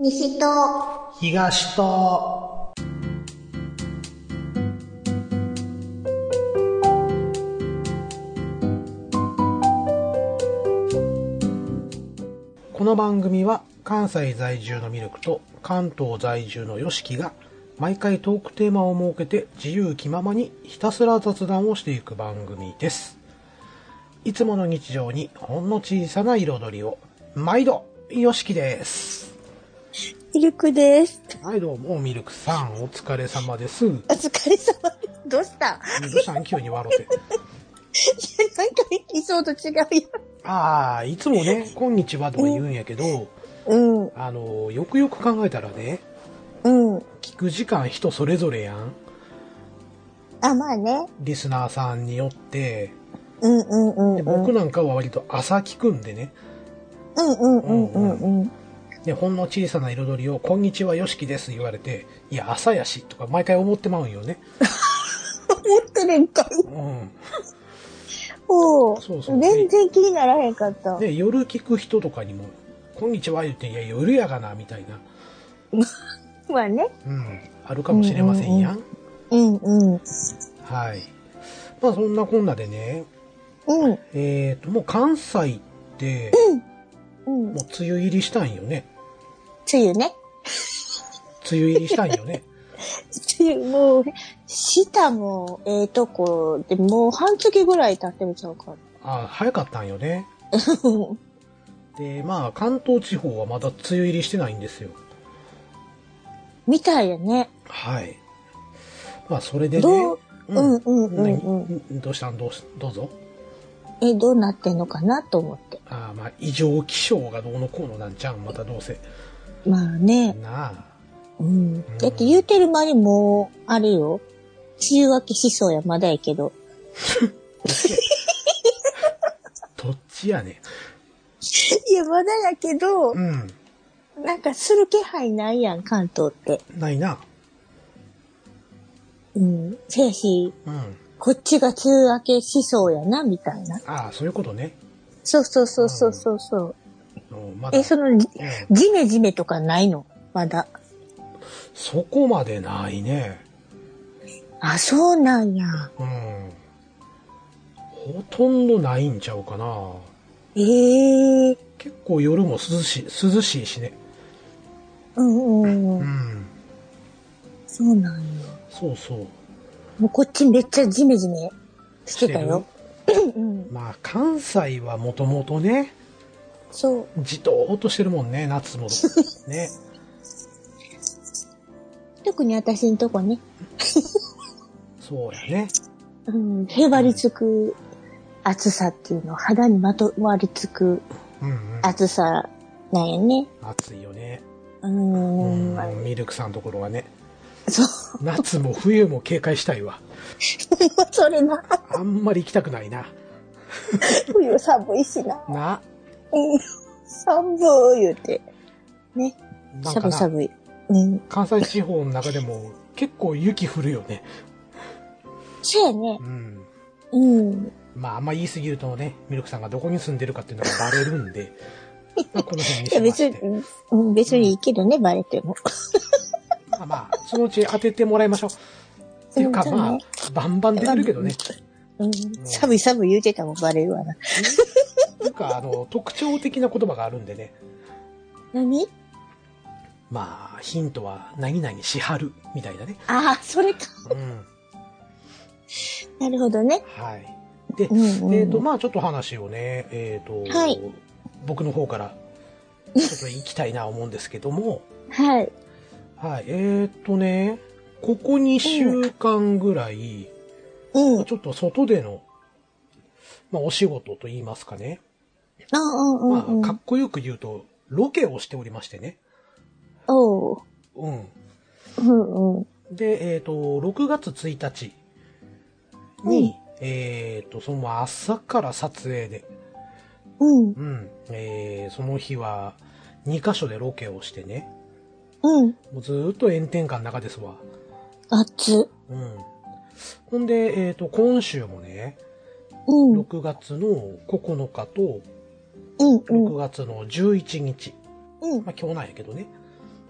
西と東とこの番組は関西在住のミルクと関東在住のヨシキが毎回トークテーマを設けて自由気ままにひたすら雑談をしていく番組です。いつもの日常にほんの小さな彩りを。毎度ヨシキです。 ミルクです。 はい、どうもミルクさん、お疲れ様です。 お疲れ様です。どうした急に笑って。 いや、なんかいつもと違うよ。 ああ、いつもね、こんにちはとか言うんやけど、よくよく考えたらね、聞く時間人それぞれやん。 あ、まあね。 リスナーさんによって、で僕なんかは割と朝聞くんでね。で、ほんの小さな彩りを、こんにちはよしきです言われて、いや、朝やし、とか毎回思ってまうんよね。 思ってるんかい。おそうそう。 全然気にならへんかった。 で、夜聞く人とかにも、こんにちは言って、いや、夜やがな、みたいな。 まあね。 あるかもしれませんやん。はい。まあ、そんなこんなでね、もう関西って、もう梅雨入りしたんよね。 梅雨ね。 梅雨入りしたんよね。 梅雨、もう、下もとこでもう半月ぐらい経ってみちゃうか。 あ、早かったんよね。で、まあ、関東地方はまだ梅雨入りしてないんですよ。 みたいやね。 はい。まあ、それでね。 どうしたんどうぞ。 どうなってんのかなと思って。 ああ、まあ、異常気象がどうのこうのなんちゃうん、またどうせ。 まあね。 なあ。 だって言うてる間にもう、あれよ。梅雨明けしそうや、まだやけど。 どっちやね。 いや、まだやけど、なんかする気配ないやん、関東って。 ないな。 せやし、こっちが梅雨明けしそうやな、みたいな。 ああ、そういうことね。 そう。 まだその、ジメジメとかないのまだ。 そこまでないね。 あ、そうなんや。 ほとんどないんちゃうかな。結構夜も涼しいしね。 そうなんや。 そう。 もうこっちめっちゃジメジメしてたよ。 まあ、関西はもともとね、 そう。 じとーっとしてるもんね、夏も。ね。 特に私んとこね。 そうやね。 へばりつく暑さっていうの、肌にまとわりつく暑さなんやね。 暑いよね。ミルクさんのところはね。 そう。 夏も冬も警戒したいわ。 それな。 あんまり行きたくないな。 冬寒いしな。 な。 寒い言うて。ね。寒い。 関西地方の中でも結構雪降るよね。 そうやね。 まあ、あんま言い過ぎるとね、ミルクさんがどこに住んでるかっていうのがバレるんで、まあ、この辺にしまして。 別にいいけどね、バレても。 まあ、そのうち当ててもらいましょう。っていうか、まあ、バンバン出てるけどね。 寒い言うてたもんバレるわな。 っていうか、特徴的な言葉があるんでね。 何？ まあ、ヒントは、何々しはる、みたいなね。 ああ、それか。なるほどね。 はい。で、まあちょっと話をね、僕の方から、ちょっと行きたいな思うんですけども。 はい。 はい。ここ2週間ぐらい、ちょっと外での、まあお仕事と言いますかね。まあ、かっこよく言うと、ロケをしておりましてね。で、6月1日に、その朝から撮影で、その日は2カ所でロケをしてね、もうずーっと炎天下の中ですわ。 暑。 ほんで、今週もね、6月の9日と、6月の11日、まあ今日なんやけどね、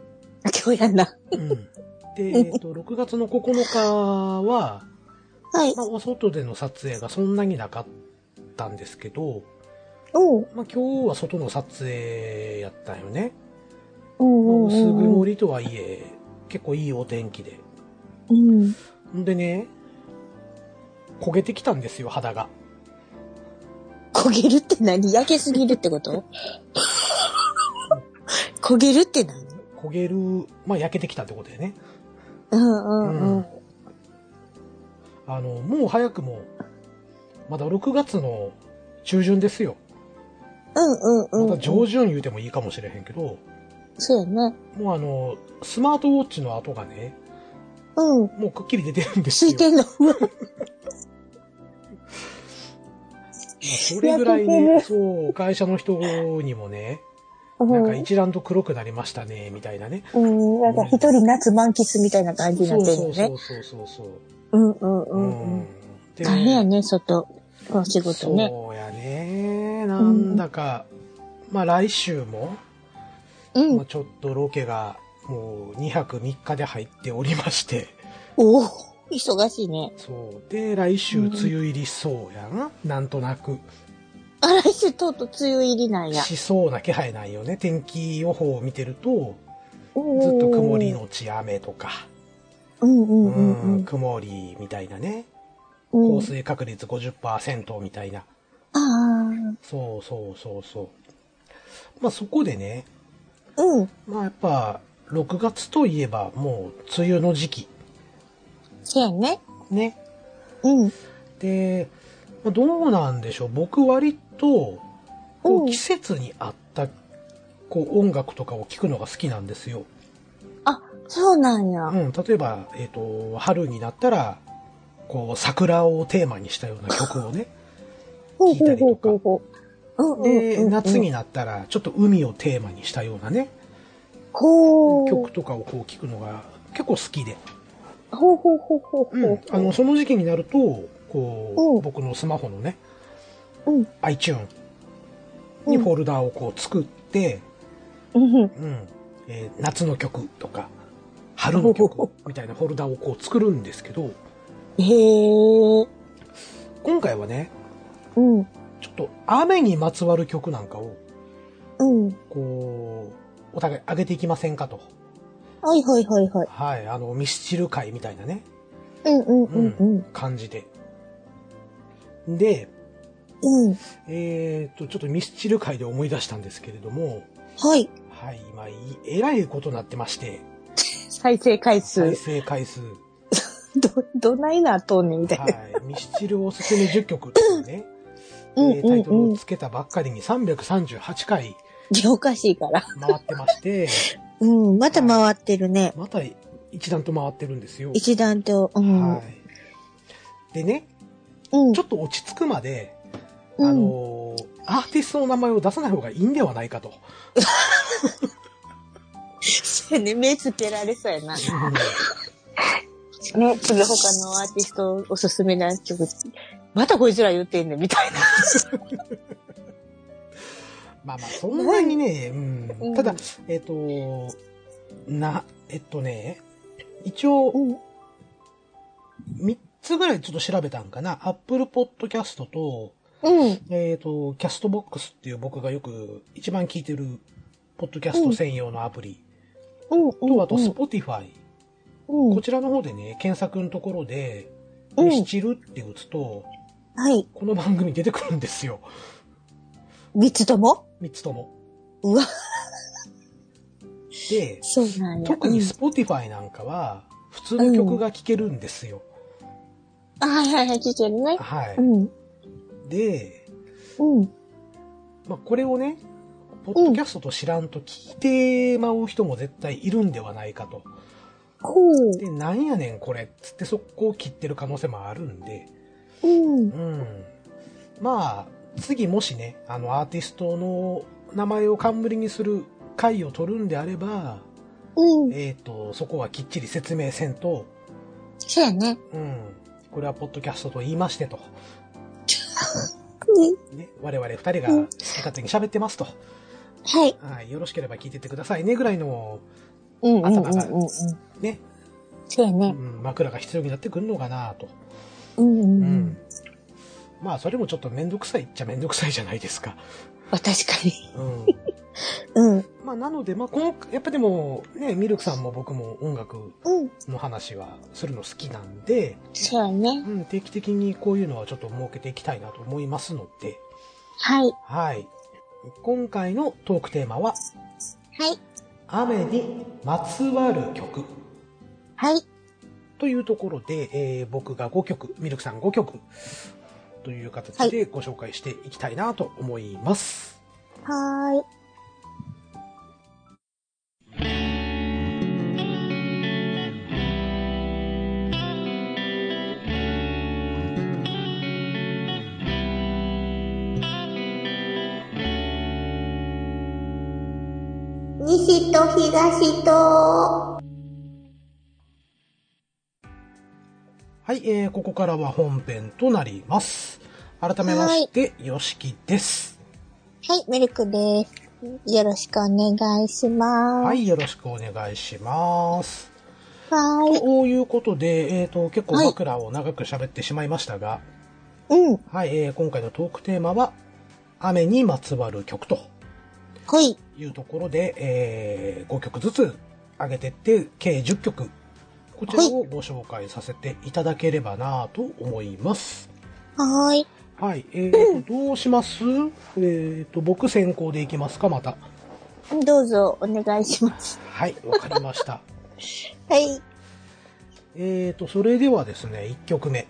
今日やんな。 うん。で、6月の9日は、 はい。 まあ、お外での撮影がそんなになかったんですけど、 おう。 まあ、今日は外の撮影やったんよね。 おう。 薄曇りとはいえ、結構いいお天気で。 うん。 んでね、焦げてきたんですよ、肌が。 焦げるって何？焼けすぎるってこと焦げるって何？ 焦げる、まあ、焼けてきたってことだよね。 うん。 もう早くも、まだ6月の中旬ですよ。まだ上旬言うてもいいかもしれへんけど、 そうやね。 もうスマートウォッチの跡がね、 もうくっきり出てるんですよ。 ついてんの。 それぐらいね、そう、会社の人にもね、なんか一段と黒くなりましたね、みたいなね。 なんか一人夏満喫みたいな感じになってるよね。 そう。 大変やね、外の仕事ね。 そうやね。なんだか、まあ来週も、まあちょっとロケがもう2泊3日で入っておりまして。 おお、忙しいね。 そう。で、来週梅雨入りそうやん。なんとなく。 来週とうとう梅雨入りなんや。 しそうな気配ないよね。天気予報を見てると、ずっと曇りのち雨とか。曇りみたいなね。降水確率 50% みたいな。そう。まあそこでね。まあやっぱ、6月といえばもう梅雨の時期。 そうやね。 ね。で、どうなんでしょう。僕割と、季節に合った音楽とかを聴くのが好きなんですよ。 あ、そうなんや。 例えば、春になったら、桜をテーマにしたような曲をね、聴いたりとか。で、夏になったら、ちょっと海をテーマにしたようなね、曲とかを聴くのが結構好きで。その時期になると、僕のスマホのね、iTunes にフォルダを作って、夏の曲とか、春の曲みたいなフォルダを作るんですけど、今回はね、ちょっと雨にまつわる曲なんかを、お互い上げていきませんかと。 はい。 ミスチル会みたいなね。感じで。で、ちょっとミスチル会で思い出したんですけれども。 はい。 今、えらいことになってまして。 再生回数。どないなっとんねんみたいな。 ミスチルおすすめ10曲っていうね。タイトルをつけたばっかりに338回。 おかしいから。 回ってまして。 また回ってるね。 また一段と回ってるんですよ。 一段と。 でね、ちょっと落ち着くまで、アーティストの名前を出さない方がいいんではないかと。 そうやね、目つけられそうやな。ね、次他のアーティストおすすめな曲、またこいつら言ってんねんみたいな。 まあ、そんなにね、ただ、一応、3つぐらいちょっと調べたんかな。Apple Podcast と、キャストボックスっていう僕がよく一番聞いてる、ポッドキャスト専用のアプリ。と、あと Spotify。こちらの方でね、検索のところで、ミスチルって打つと、この番組出てくるんですよ。 3つとも？ 3つとも。 うわ。 で、 そうなんや。 特に Spotify なんかは、普通の曲が聴けるんですよ。 はい、聴けるね。 で、まあ、これをね、ポッドキャストと知らんと聞いてまう人も絶対いるんではないかと。で、なんやねんこれっつって速攻切ってる可能性もあるんで。まあ、次もしね、アーティストの名前を冠にする回を取るんであれば、そこはきっちり説明せんと。 そうやね。 これはポッドキャストと言いましてと。ね、我々二人が好き勝手に喋ってますと。よろしければ聞いてってくださいねぐらいのうんうんうん頭がうんうん。 ね、 そうやね。 枕が必要になってくるのかなと。 うんうんうん。 まあ、それもちょっとめんどくさいっちゃめんどくさいじゃないですか。 確かに。 うん。 うん。 まあ、なので、まあ、やっぱでも、ね、ミルクさんも僕も音楽うん。 の話はするの好きなんで、 そうやね。 定期的にこういうのはちょっと設けていきたいなと思いますので、 はい。 はい。今回のトークテーマは、 はい。 雨にまつわる曲はい。 というところで、僕が5曲、ミルクさん5曲という形でご紹介していきたいなと思います。 はーい。西と東と。 はい、ここからは本編となります。改めまして、よしきです。 はい、ミルクです。よろしくお願いします。 はい、よろしくお願いします。 はーい。 ということで、結構枕を長く喋ってしまいましたが、はい、今回のトークテーマは、雨にまつわる曲というところで、5曲ずつ上げてって、計10曲、こちらをご紹介させていただければなと思います。 はーい。 はい、どうします？僕先行でいきますか、また。 どうぞ、お願いします。 はい、わかりました。 はい。 それではですね、1曲目。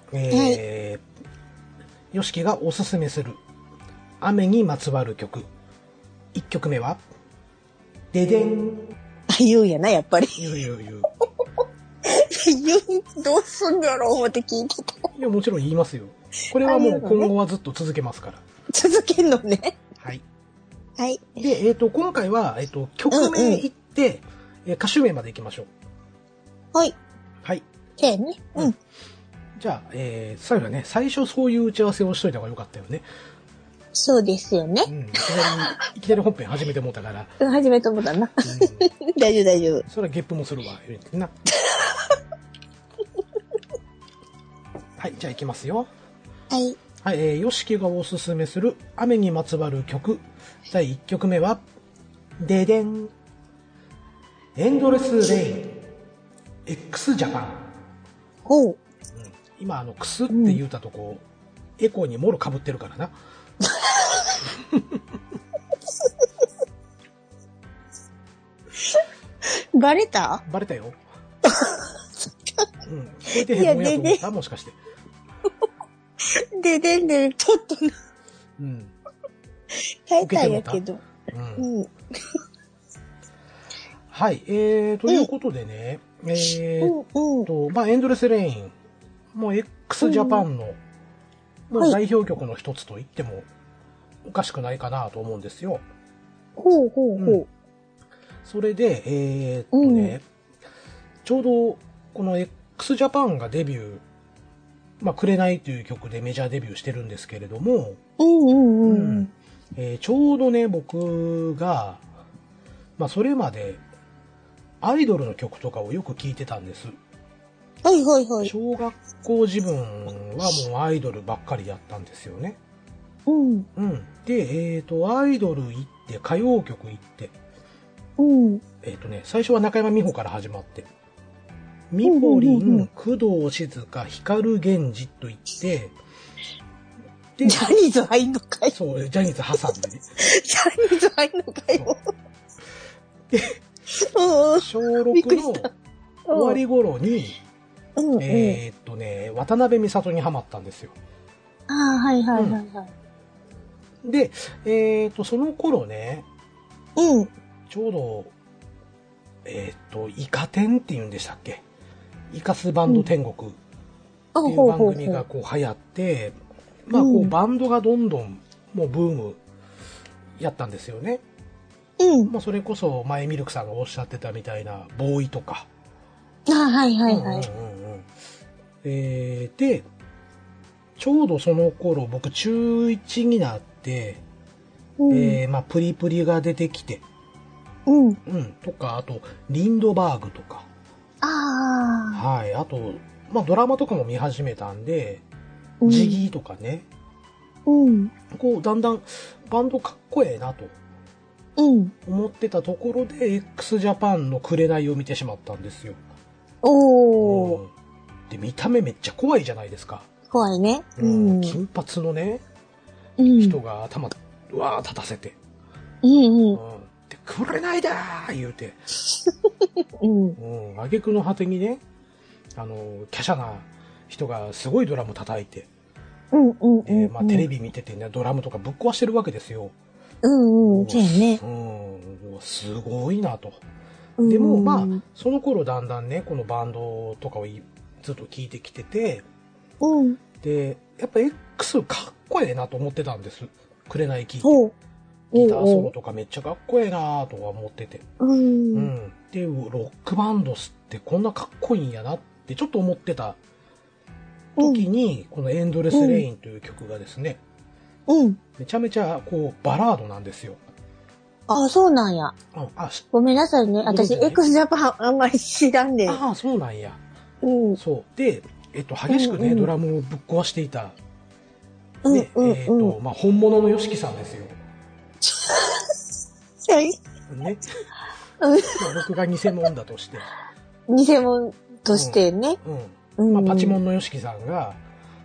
よしきがおすすめする雨にまつわる曲。1曲目は、ででん。 言うんやな、やっぱり。 言う。 どうすんだろう思って聞いてた。 いや、もちろん言いますよ。これはもう今後はずっと続けますから。 続けんのね。 はい。 はい。 で、今回は、曲名言って、歌手名まで行きましょう。 はい。 はい。 そうやね。 じゃあ、最後はね、最初そういう打ち合わせをしといた方がよかったよね。 そうですよね。 いきなり本編始めてもうたから。 始めてもうたな。大丈夫。 それはゲップもするわ、言うてな。はい、じゃあ行きますよ。 はい。 はい、よしきがおすすめする雨にまつわる曲。第1曲目は、ででん。エンドレスレイン。x ジャパン。 ほう。 今、クスって言うたとこ、エコーにもろ被ってるからな。 バレたよ。聞いてへんもんやと思った？もしかして。 で、ちょっとな。変えたんやけど。 はい、ということでね、まあ、エンドレスレイン、もう x ジャパンの、もう代表曲の一つと言ってもおかしくないかなと思うんですよ。 ほう。 それで、ちょうどこの x ジャパンがデビュー、まあ、紅という曲でメジャーデビューしてるんですけれども、ちょうどね、僕が、まあ、それまでアイドルの曲とかをよく聴いてたんです。小学校自分はもうアイドルばっかりやったんですよね。で、アイドル行って、歌謡曲行って、最初は中山美穂から始まって、ミポリン、工藤静香、光源氏と言って、 で、ジャニーズ入んのかい？ そう、ジャニーズ挟んでね。 ジャニーズ入んのかよ。 で、小6の終わり頃に、渡辺美里にハマったんですよ。で、その頃ね、ちょうど、イカ天って言うんでしたっけ？イカスバンド天国っていう番組がこう流行って、まあこうバンドがどんどんもうブームやったんですよね。まあそれこそ前ミルクさんがおっしゃってたみたいなボーイとか。で、ちょうどその頃僕中1になって、まあプリプリが出てきて、 うん。 うん。とか、あと、リンドバーグとか。 あはい。あと、まあ、ドラマとかも見始めたんで、 あ。 ジギーとかね。 うん。 こう、だんだん、バンドかっこええなとうん。 思ってたところで、x ジャパンの紅を見てしまったんですよ。 おー。 うんで、見た目めっちゃ怖いじゃないですか。 怖いね。 金髪のね、 うん。 人が頭、うわー立たせて。 うんうん。 で、紅だー言うて。 うん。 挙句の果てにね、華奢な人がすごいドラム叩いて、 うんうんうん。 まあテレビ見ててね、ドラムとかぶっ壊してるわけですよ。 うんうん。そうやね。 すごいなと。でも、まあ、その頃だんだんね、このバンドとかをずっと聴いてきてて、 うん。 で、やっぱ X かっこええなと思ってたんです。紅聴いて。 そう。 ギターソロとかめっちゃかっこええなとは思ってて。で、ロックバンドってこんなかっこいいんやなってちょっと思ってた時に、このエンドレスレインという曲がですね、めちゃめちゃこうバラードなんですよ。 あ、そうなんや。ごめんなさいね。私、x ジャパンあんまり知らんで。 ああ、そうなんや。そう。で、激しくね、ドラムをぶっ壊していた、ね、まあ、本物の YOSHIKI さんですよ。 はい。 ね。まあ、僕が偽物だとして。 偽物としてね。 まあ、パチモンの YOSHIKI さんが、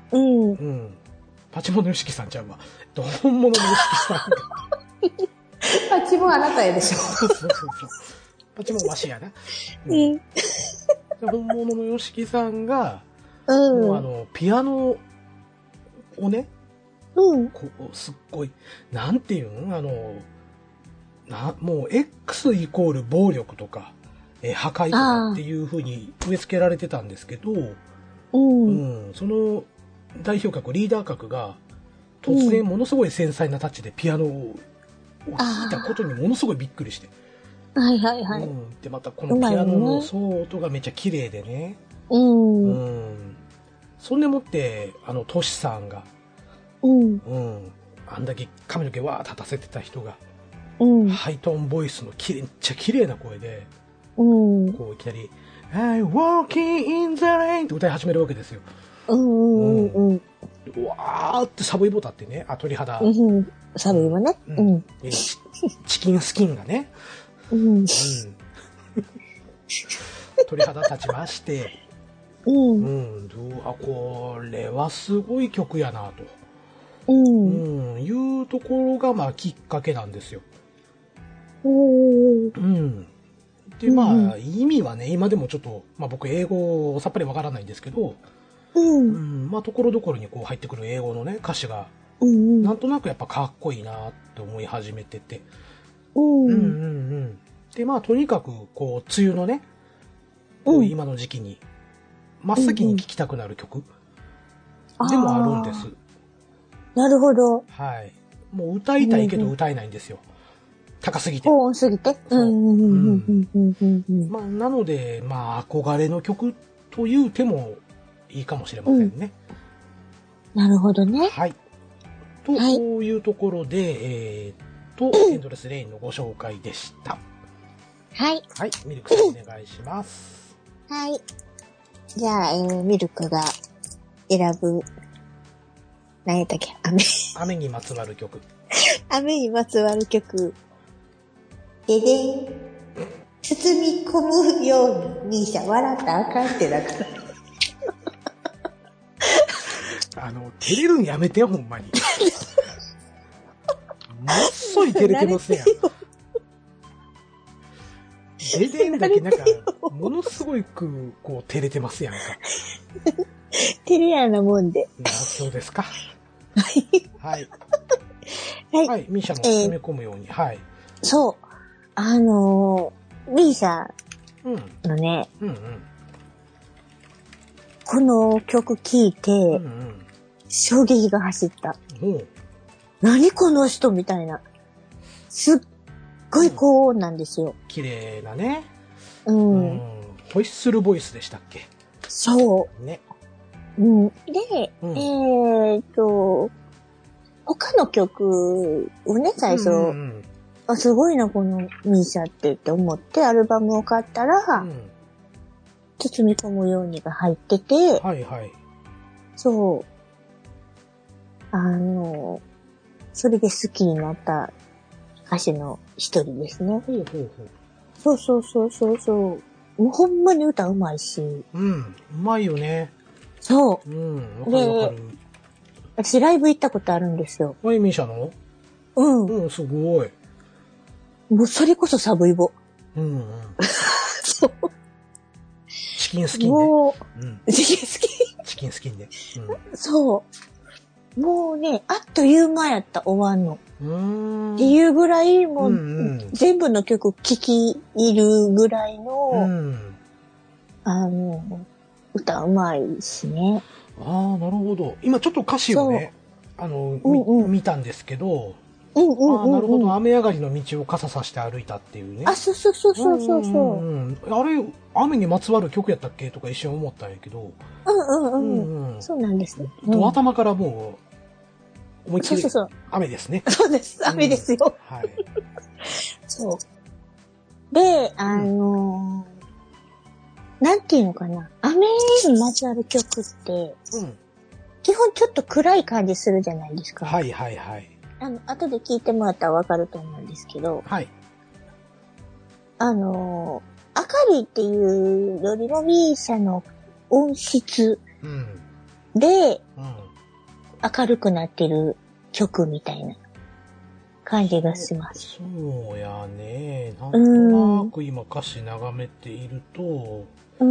パチモンの YOSHIKI さんちゃうわ。本物の YOSHIKI さんが。 パチモンあなたやでしょ。 そう。パチモンわしやな。本物の YOSHIKI さんが、もうピアノをね、こうすっごい、なんていうのもう X イコール暴力とか、破壊とかっていう風に植え付けられてたんですけど、その代表格、リーダー格が、突然ものすごい繊細なタッチでピアノを弾いたことにものすごいびっくりして。 はいはいはい。 で、またこのピアノの奏音がめっちゃ綺麗でね。そんでもって、トシさんが、あんだけ髪の毛わー立たせてた人が、ハイトーンボイスのめっちゃ綺麗な声で、こういきなり、I'm walking in the rain って歌い始めるわけですよ。うわーってサブイボタってね、鳥肌。 サブイボね。 チキンスキンがね、鳥肌立ちまして、これはすごい曲やなと、いうところがまあきっかけなんですよ。で、まあ、意味はね、今でもちょっと、まあ僕英語さっぱりわからないんですけど、まあところどころにこう入ってくる英語のね、歌詞が、なんとなくやっぱかっこいいなって思い始めてて。で、まあとにかく、こう、梅雨のね、今の時期に、真っ先に聴きたくなる曲でもあるんです。 なるほど。 はい。もう歌いたいけど歌えないんですよ。高すぎて。 高音すぎて。 まあ、なので、まあ、憧れの曲という手もいいかもしれませんね。 なるほどね。 はい。というところで、エンドレスレインのご紹介でした。 はい。 はい。ミルクさんお願いします。 はい。じゃあ、ミルクが選ぶ、何やったっけ？ 雨にまつわる曲。 雨にまつわる曲。ででん。包み込むように、ミーシャ笑ったらあかんってだから。 照れるんやめてよ、ほんまに。もっそい照れてますやん。ででんだけなんか、ものすごいこう、照れてますやんか。 照れやなもんで。 そうですか。 はい。 はい。はい。ミーシャの包み込むように。はい。 そう。ミーシャのね、この曲聴いて、衝撃が走った。何この人みたいな。すっごい高音なんですよ。 綺麗なね。ホイッスルボイスでしたっけ？ そう。 ね。 で、他の曲をね、最初、 あ、すごいな、このミーシャって思ってアルバムを買ったら、 うん。 包み込むようにが入ってて、 はいはい。 そう。それで好きになった歌手の一人ですね。 ほうほうほう。 そうそうそうそうそう。もうほんまに歌うまいし。 うん。うまいよね。 そう。 うん。わかるわかる。 私ライブ行ったことあるんですよ。 マイミーシャの？ うん。 うん、すごい。 もうそれこそサブイボ。 うんうん。 そう。 チキンスキンね。 もう、 うん。 チキンスキチキンスキンね。 ン。そう。もうね、あっという間やった終わんの。っていうぐらい、もう、全部の曲聴き入るぐらいの、歌うまいしね。 ああ、なるほど。今ちょっと歌詞をね、見たんですけど、なるほど。雨上がりの道を傘さして歩いたっていうね。 あ、そうそうそうそうそう。 あれ、雨にまつわる曲やったっけとか一瞬思ったんやけど。 そうなんですね。 頭からもう、思いっきり雨ですね。 そうです。雨ですよ。はい。そう。で、なんていうのかな。雨にまつわる曲って、基本ちょっと暗い感じするじゃないですか。 はいはいはい。 後で聞いてもらったらわかると思うんですけど、 はい。 明りっていうよりもミーシャの音質で、明るくなってる曲みたいな感じがします。 そうやね。なんとなく今歌詞眺めていると、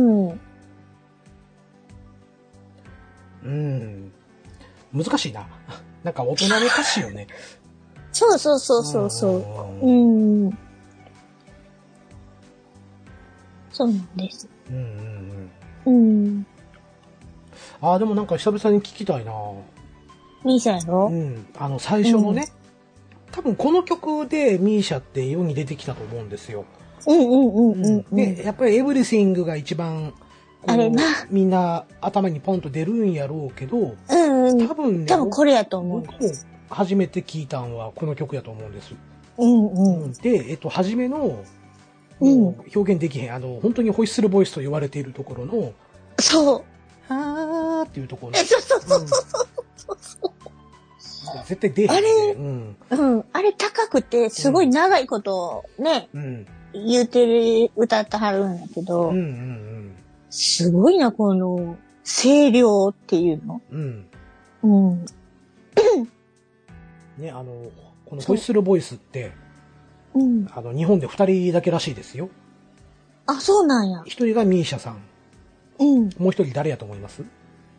難しいな。なんか大人の歌詞よね。 そうそうそうそうそう。そうなんです。 ああ、でもなんか久々に聞きたいな。 ミーシャやろ？ 最初のね、多分この曲でミーシャって世に出てきたと思うんですよ。で、やっぱりエブリシングが一番、 あれな。 みんな頭にポンと出るんやろうけど、多分これやと思う。 僕も初めて聞いたんはこの曲やと思うんです。で、初めの、表現できへん、本当にホイッスルボイスと言われているところの、 そう。 はーっていうところ。 そうそうそうそう。 絶対出へん、ね。 あれ高くて、すごい長いことね、言歌ってはるんだけど、すごいな、この、声量っていうの。 ね、このホイッスルボイスって、日本で2人だけらしいですよ。 あ、そうなんや。 1人がミーシャさん。もう1人誰やと思います？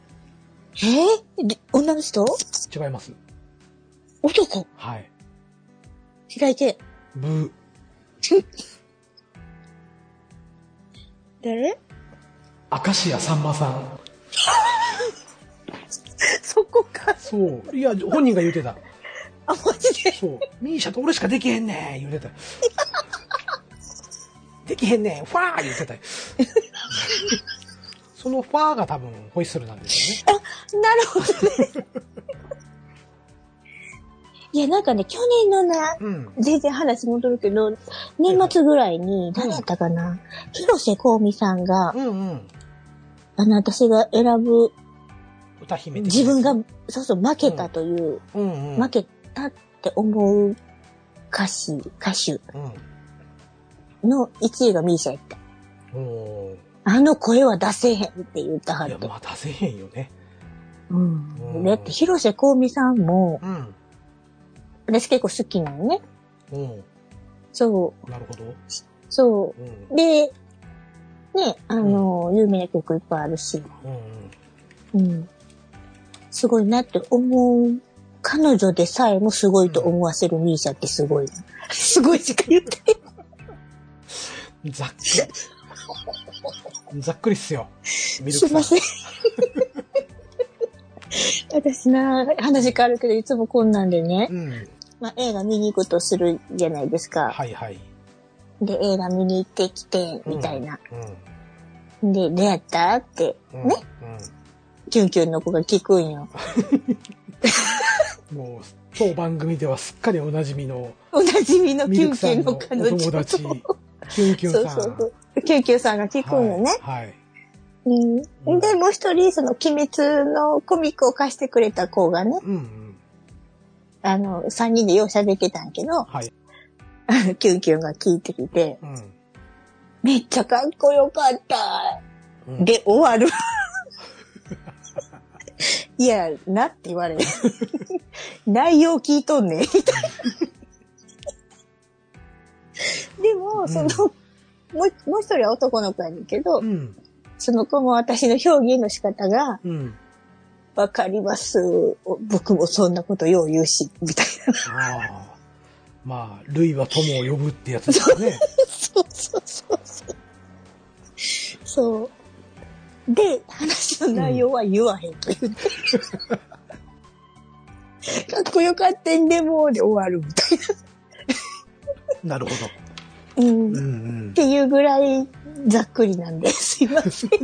女の人？ 違います。 男？ はい。 開いて。 ブー。 誰？ 明石家さんまさん。 そこか。 そう。いや、本人が言うてた。 あ、マジで？ そう。ミーシャと俺しかできへんねん言うてた。できへんねんファー言うてた。そのファーが多分ホイッスルなんですよね。 あ、なるほどね。いや、なんかね、去年のな、全然話戻るけど、年末ぐらいに、誰だったかな、広瀬香美さんが、私が選ぶ、 歌姫自分が、そうそう、負けたという、負けたって思う歌手の1位がミーシャやった。あの声は出せへんって言ったはって。 いや、まあ出せへんよね。 だって広瀬香美さんも、私結構好きなのね。そう。 なるほど。 そう。で、ね、有名な曲いっぱいあるし。すごいなって思う。彼女でさえもすごいと思わせるミーシャってすごい。すごいしか言ってない。 ざっくり。ざっくりっすよ。 すいません。私な、話変わるけど、いつもこんなんでね。まあ、映画見に行くとするじゃないですか。 はいはい。 で、映画見に行ってきて、みたいな。で、どうやったって、ね。キュンキュンの子が聞くんよ。 もう、当番組ではすっかりおなじみの。 おなじみのキュンキュンの彼女。お友達。キュンキュンさん。 そう。キュンキュンさんが聞くのね。 はい。 で、もう一人、その、鬼滅のコミックを貸してくれた子がね。三人でよう喋ってたんやけど。はい。キュンキュンが聞いてきて。めっちゃかっこよかった。で、終わる。いや、なって言われる。内容聞いとんね。みたいな。でも、もう一人は男の子やねんけど、その子も私の表現の仕方が、わかります。僕もそんなことよう言うし、みたいな。 まあ、類は友を呼ぶってやつですね。 そう。で、話の内容は言わへんと言って。かっこよかったんでもうで終わるみたいな。なるほど。 っていうぐらいざっくりなんで、すいません。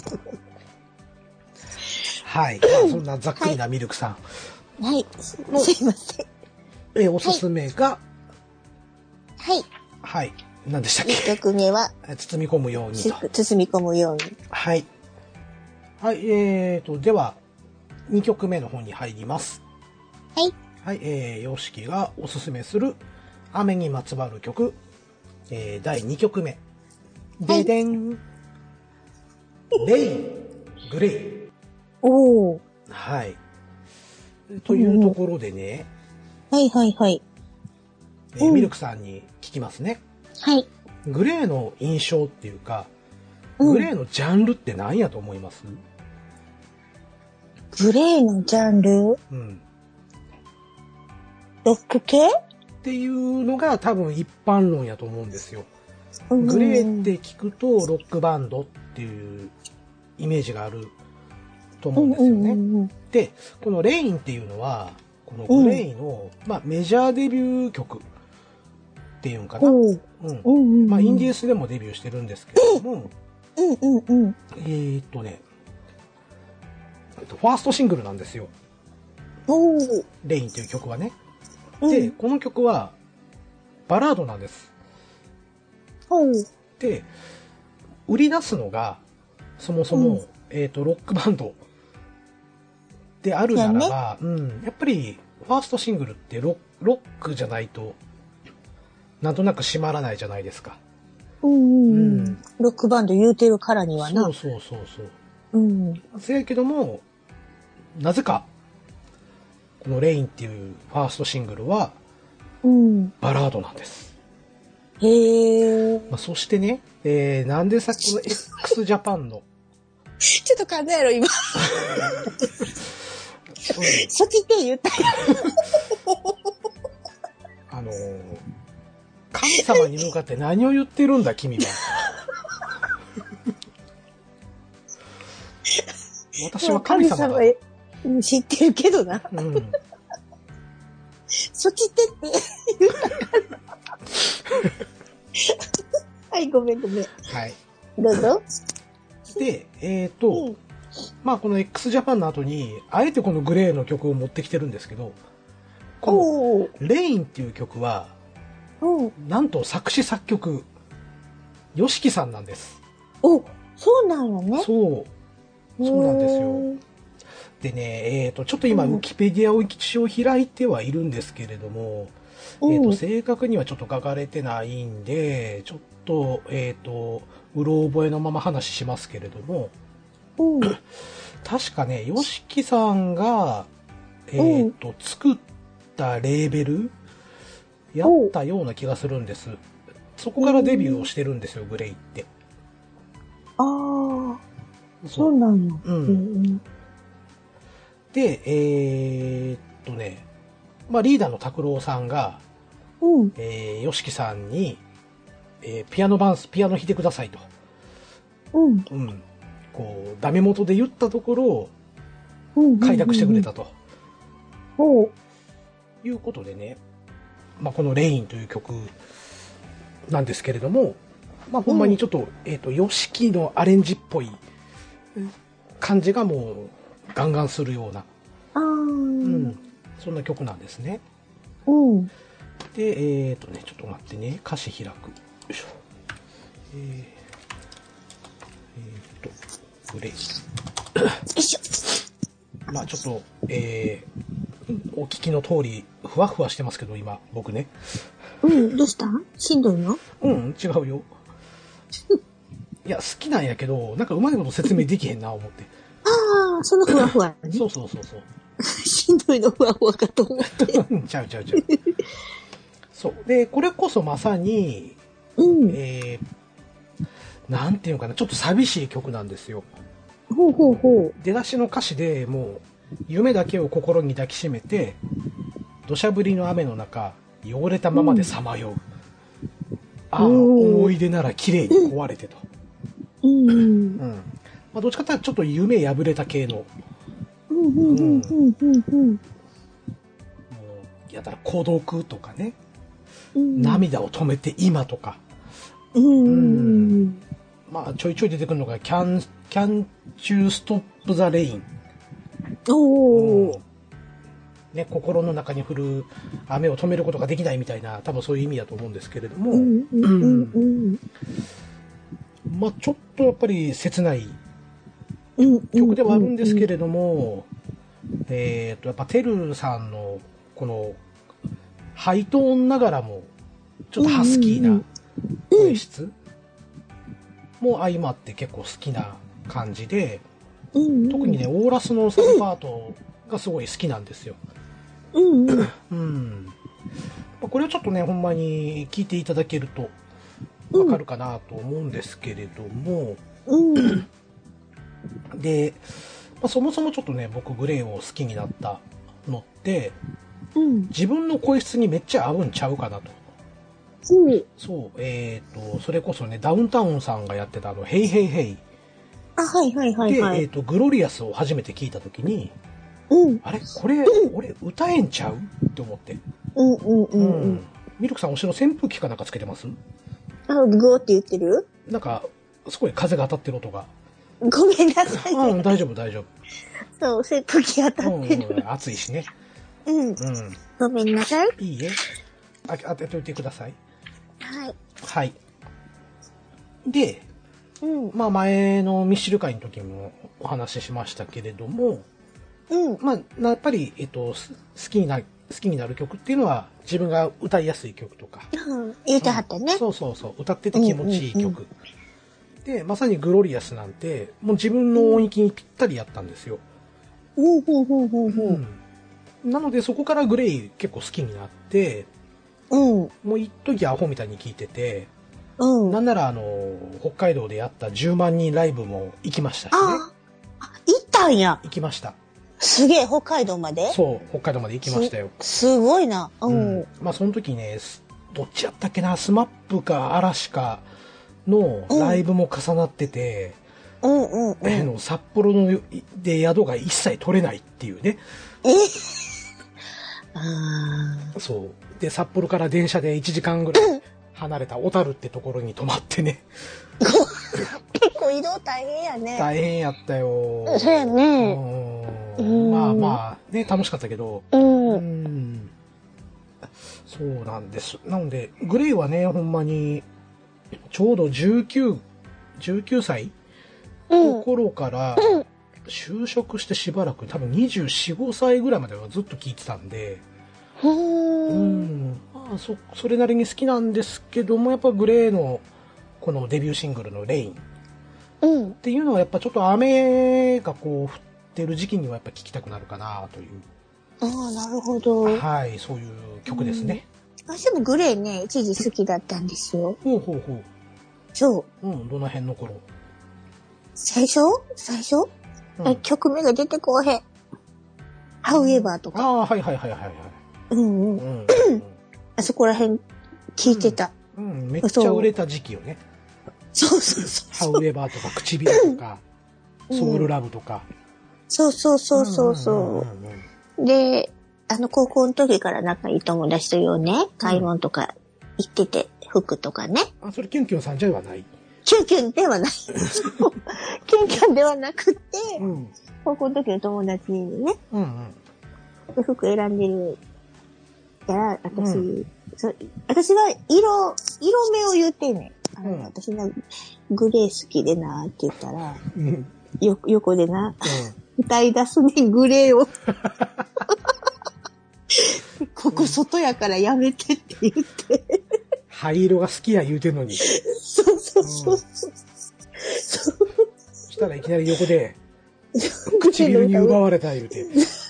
はい。そんなざっくりなミルクさん。 はい。すいません。おすすめが、 はい。 はい。何でしたっけ ？1曲目は、 包み込むようにと。 包み込むように。 はい。はい。では、2曲目の方に入ります。 はい。 はい。ヨシキがおすすめする雨にまつわる曲、第2曲目。ででん。レイン、グレイ。 おー。 はい。というところでね。 はいはいはい。 ミルクさんに聞きますね。 はい。 グレーの印象っていうか、グレーのジャンルって何やと思います？ グレーのジャンル？ロック系？ っていうのが多分一般論やと思うんですよ。グレーって聞くとロックバンドっていうイメージがあると思うんですよね。で、このレインっていうのは、このグレイの、メジャーデビュー曲っていうんかな。インディースでもデビューしてるんですけれども、ファーストシングルなんですよ。レインという曲はね。で、この曲はバラードなんです。で、売り出すのが、そもそも、ロックバンドであるならば、やっぱり、ファーストシングルってロックじゃないと、なんとなく閉まらないじゃないですか。 ロックバンド言うてるからにはな。 そう。せやけども、なぜか、このレインっていうファーストシングルは、バラードなんです。 へー。 そしてね、なんでさっきの x ジャパンのちょっと考えろ、今。そっちって言ったよ。 神様に向かって何を言ってるんだ、君は。私は神様だ。 知ってるけどな。そっちって言ったから。はい、ごめん。はい。どうぞ。 で、この x ジャパンの後に、あえてこのグレーの曲を持ってきてるんですけど、このレインっていう曲は、なんと作詞作曲、YOSHIKIさんなんです。 そうなんよね。 そうなんですよ。でね、ちょっと今、ウィキペディアを一応開いてはいるんですけれども、正確にはちょっと書かれてないんで、ちょっと、うろ覚えのまま話しますけれども、確かね、YOSHIKIさんが、作ったレーベル、やったような気がするんです。そこからデビューをしてるんですよ、グレイって。 そうなんや。 で、リーダーの拓郎さんが、YOSHIKIさんに、ピアノ弾いてくださいと。ダメ元で言ったところ、開拓してくれたと。いうことでね、このレインという曲なんですけれども、ほんまにちょっと、YOSHIKIのアレンジっぽい感じがもうガンガンするような、 そんな曲なんですね。 うん。 で、ちょっと待ってね。歌詞開く。よいしょ。グレイ。 よいしょ。 まあちょっと、お聞きの通り、ふわふわしてますけど、今、僕ね。 うん、どうしたん？しんどいの？ うん、違うよ。いや、好きなんやけど、なんかうまいこと説明できへんな、思って。 ああ、そのふわふわ、ね。 そうそうそうそう。 しんどいのふわふわかと思って。 ちゃう。そう。で、これこそまさに、 うん。 なんていうのかな、ちょっと寂しい曲なんですよ。 ほうほうほう。 出だしの歌詞でもう、夢だけを心に抱きしめて、土砂降りの雨の中、汚れたままでさまよう。ああ、思い出なら綺麗に壊れてと。まあ、どっちかっていうとちょっと夢破れた系の。もう、やたら孤独とかね。涙を止めて今とか。まあ、ちょいちょい出てくるのが、Can you stop the rain? ね、心の中に降る雨を止めることができないみたいな、多分そういう意味だと思うんですけれども、まあちょっとやっぱり切ない曲ではあるんですけれども、やっぱてるさんのこのハイトーンながらもちょっとハスキーな声質も相まって結構好きな感じで、特にねオーラスのサビパートがすごい好きなんですよ。これをちょっとねほんまに聞いていただけるとわかるかなと思うんですけれども、で、そもそもちょっとね僕グレイを好きになったのって、自分の声質にめっちゃ合うんちゃうかなと。そう、それこそねダウンタウンさんがやってたヘイヘイヘイで、グロリアスを初めて聞いたときに、あれこれ、俺歌えんちゃうって思って。ミルクさん後ろ扇風機かなんかつけてます？ グーって言ってる？ なんかすごい風が当たってる音が。 ごめんなさい、ね。 大丈夫。 そう、扇風機当たってる。 暑いしね。 ごめんなさい。 いいえ。当てといてください。 はい。 で、まあ前のミッシル会の時もお話ししましたけれども、まあやっぱり好きになる曲っていうのは自分が歌いやすい曲とか、 言うてはったね。 そう歌ってて気持ちいい曲。でまさにグロリアスなんてもう自分の音域にぴったりやったんですよ。なのでそこからグレイ結構好きになって、もう一時アホみたいに聴いてて、なんなら北海道でやった10万人ライブも行きましたしね。 行ったんや。 行きました。 すげえ、北海道まで？ そう、北海道まで行きましたよ。 すごいな。 まあその時ね、どっちやったっけな、スマップか嵐かのライブも重なってて、札幌で宿が一切取れないっていうね。そう。で、札幌から電車で1時間ぐらい離れた小樽ってところに泊まってね。 結構移動大変やね。 大変やったよ。 そうやね。 まあね、楽しかったけど。そうなんです。なので、グレイはね、ほんまに、ちょうど19歳の頃から、就職してしばらく、多分24、5歳ぐらいまではずっと聴いてたんで、まあそれなりに好きなんですけども、やっぱグレーのこのデビューシングルのレインっていうのはやっぱちょっと雨がこう降ってる時期にはやっぱ聴きたくなるかなという。 なるほど。 はい、そういう曲ですね。 私もグレーね、一時好きだったんですよ。そう。 どの辺の頃？ 最初、曲名が出てこうへん。ハウエバーとか。 はい。 あそこら辺聞いてた。 めっちゃ売れた時期よね。 そう。 ハウエバーとか唇とか、ソウルラブとか。 そう。で、高校の時から仲いい友達とよね、買い物とか行ってて、服とかね。 それキュンキュンさんじゃはない？ キュンキュンではない。キュンキュンではなくて、高校の時の友達にね。 服選んでるから、私は色目を言うてんねん。私がグレー好きでなって言ったら、横でな、歌い出すねん、グレーを。ここ外やからやめてって言って。 灰色が好きや言うてんのに。 そう。そしたらいきなり横で、唇に奪われた言うて。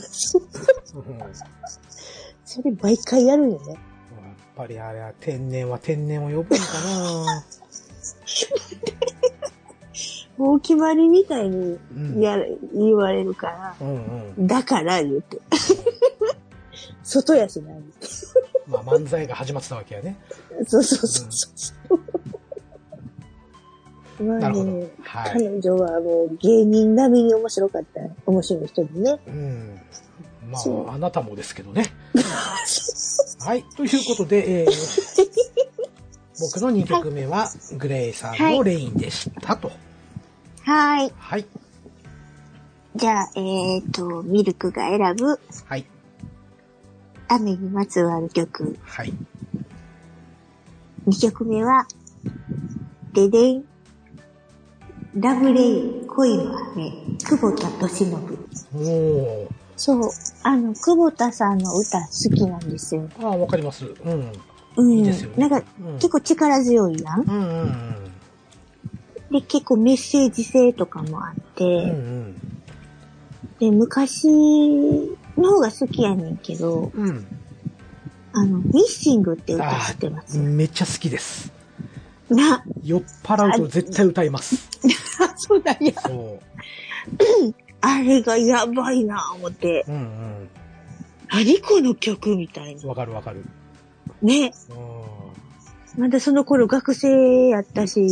それ毎回やるよね。やっぱりあれは天然は天然を呼ぶのかな。 もう決まりみたいに言われるから、だから言うて。外やしない。 まあ漫才が始まってたわけやね。 そう。 なるほど。 彼女はもう芸人並みに面白かった。面白い人でね。 まあ、あなたもですけどね。はい。ということで、僕の2曲目は、グレイさんのレインでしたと。 はい。 はい。 じゃあ、ミルクが選ぶ。 はい。 雨にまつわる曲。 はい。 2曲目は、ででん。ラブレイン、恋の雨、久保田利伸。そう、久保田さんの歌好きなんですよ。 ああ、わかります。いいですよね。 なんか、結構力強いやん。で、結構メッセージ性とかもあって、で、昔の方が好きやねんけど、ミッシングって歌知ってます？ めっちゃ好きです。酔っ払うと絶対歌います。 そうだよ。そう。あれがやばいなぁ思って。何この曲みたいな。 わかる。 ね。まだその頃学生やったし、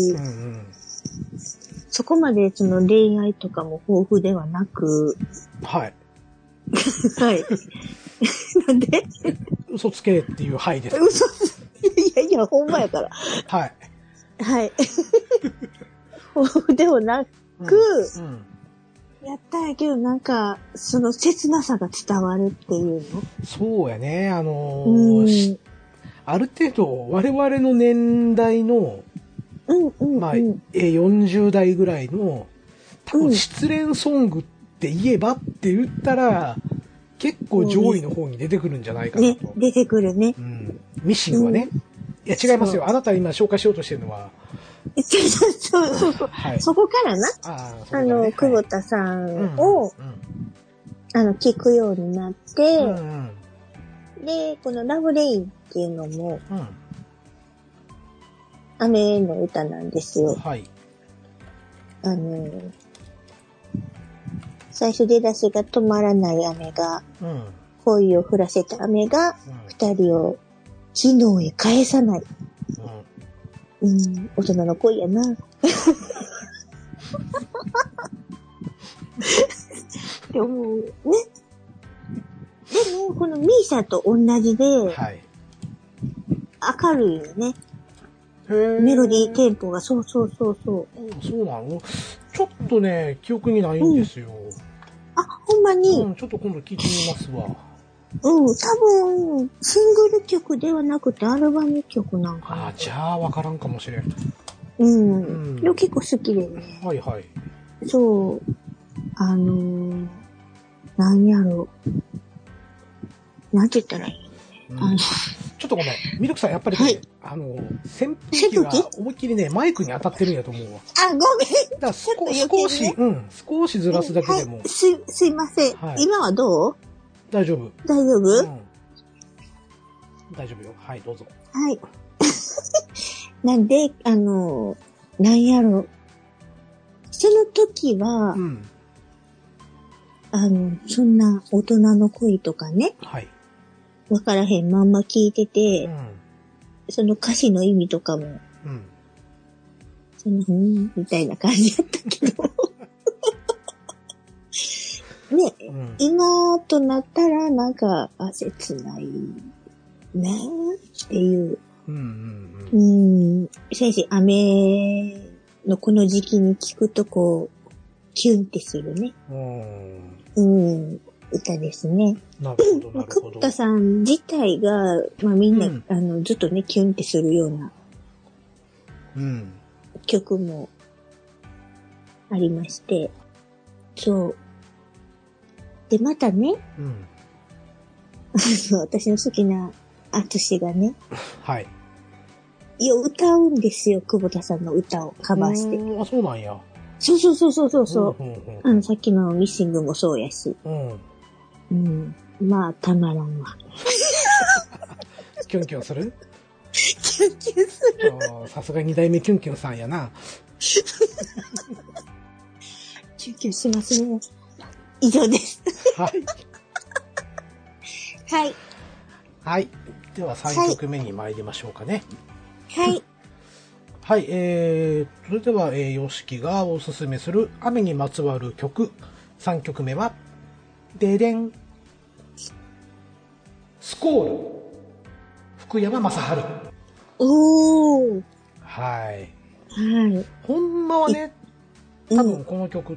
そこまでその恋愛とかも豊富ではなく。 はい。 はい。なんで？ 嘘つけっていうはいです。 嘘いや、ほんまやから。 はい。 はい。でもなく、やったんやけど、なんか、その切なさが伝わるっていうの？ そうやね。ある程度、我々の年代の、まあ、40代ぐらいの、多分失恋ソングって言えばって言ったら、結構上位の方に出てくるんじゃないかなと。 ね、出てくるね。 ミッシングはね。いや、違いますよ。あなた今紹介しようとしてるのは。 そう。はい、そこからな。久保田さんを、聞くようになって、で、このラブレインっていうのも、雨の歌なんですよ。 はい。 最初出だしが止まらない雨が、恋を降らせた雨が、二人を昨日へ返さない。大人の恋やな。って思うね。でも、このミーシャと同じで、明るいよね。メロディーテンポが、そう。そうなの？ちょっとね、記憶にないんですよ。 ほんまに？ ちょっと今度聞いてみますわ。 多分、シングル曲ではなくてアルバム曲なんかな。 じゃあわからんかもしれん。 でも結構好きでね。 はいはい。 そう。何やろう。なんて言ったらいい？ ちょっとごめん。ミルクさんやっぱりね、扇風機が思いっきりね、マイクに当たってるんやと思うわ。 ごめん。 だ少しずらすだけでも。 すいません。今はどう？ 大丈夫。 大丈夫？ 大丈夫よ。はい、どうぞ。 はい。なんで、なんやろ。その時は、そんな大人の恋とかね。わからへんまんま聞いてて、その歌詞の意味とかも、みたいな感じやったけど。ね、今となったらなんか、切ないなっていう。先生、雨のこの時期に聞くとこう、キュンってするね。 歌ですね。 なるほど、なるほど。 久保田さん自体が、みんな、ずっとね、キュンってするような、曲もありまして、そう。で、またね、私の好きなアツシがね、 はい。 歌うんですよ、久保田さんの歌をカバーして。 あ、そうなんや。 そう。さっきのミッシングもそうやし。まあ、たまらんわ。 キュンキュンする？ キュンキュンする。 さすが2代目キュンキュンさんやな。 キュンキュンしますね。以上です。 はい。 はい。 はい。では3曲目に参りましょうかね。 はい。 はい。それでは、ヨシキがおすすめする雨にまつわる曲。3曲目は、ででん。スコール。福山雅治。 おー。 はい。 はい。 ほんまはね、多分この曲って、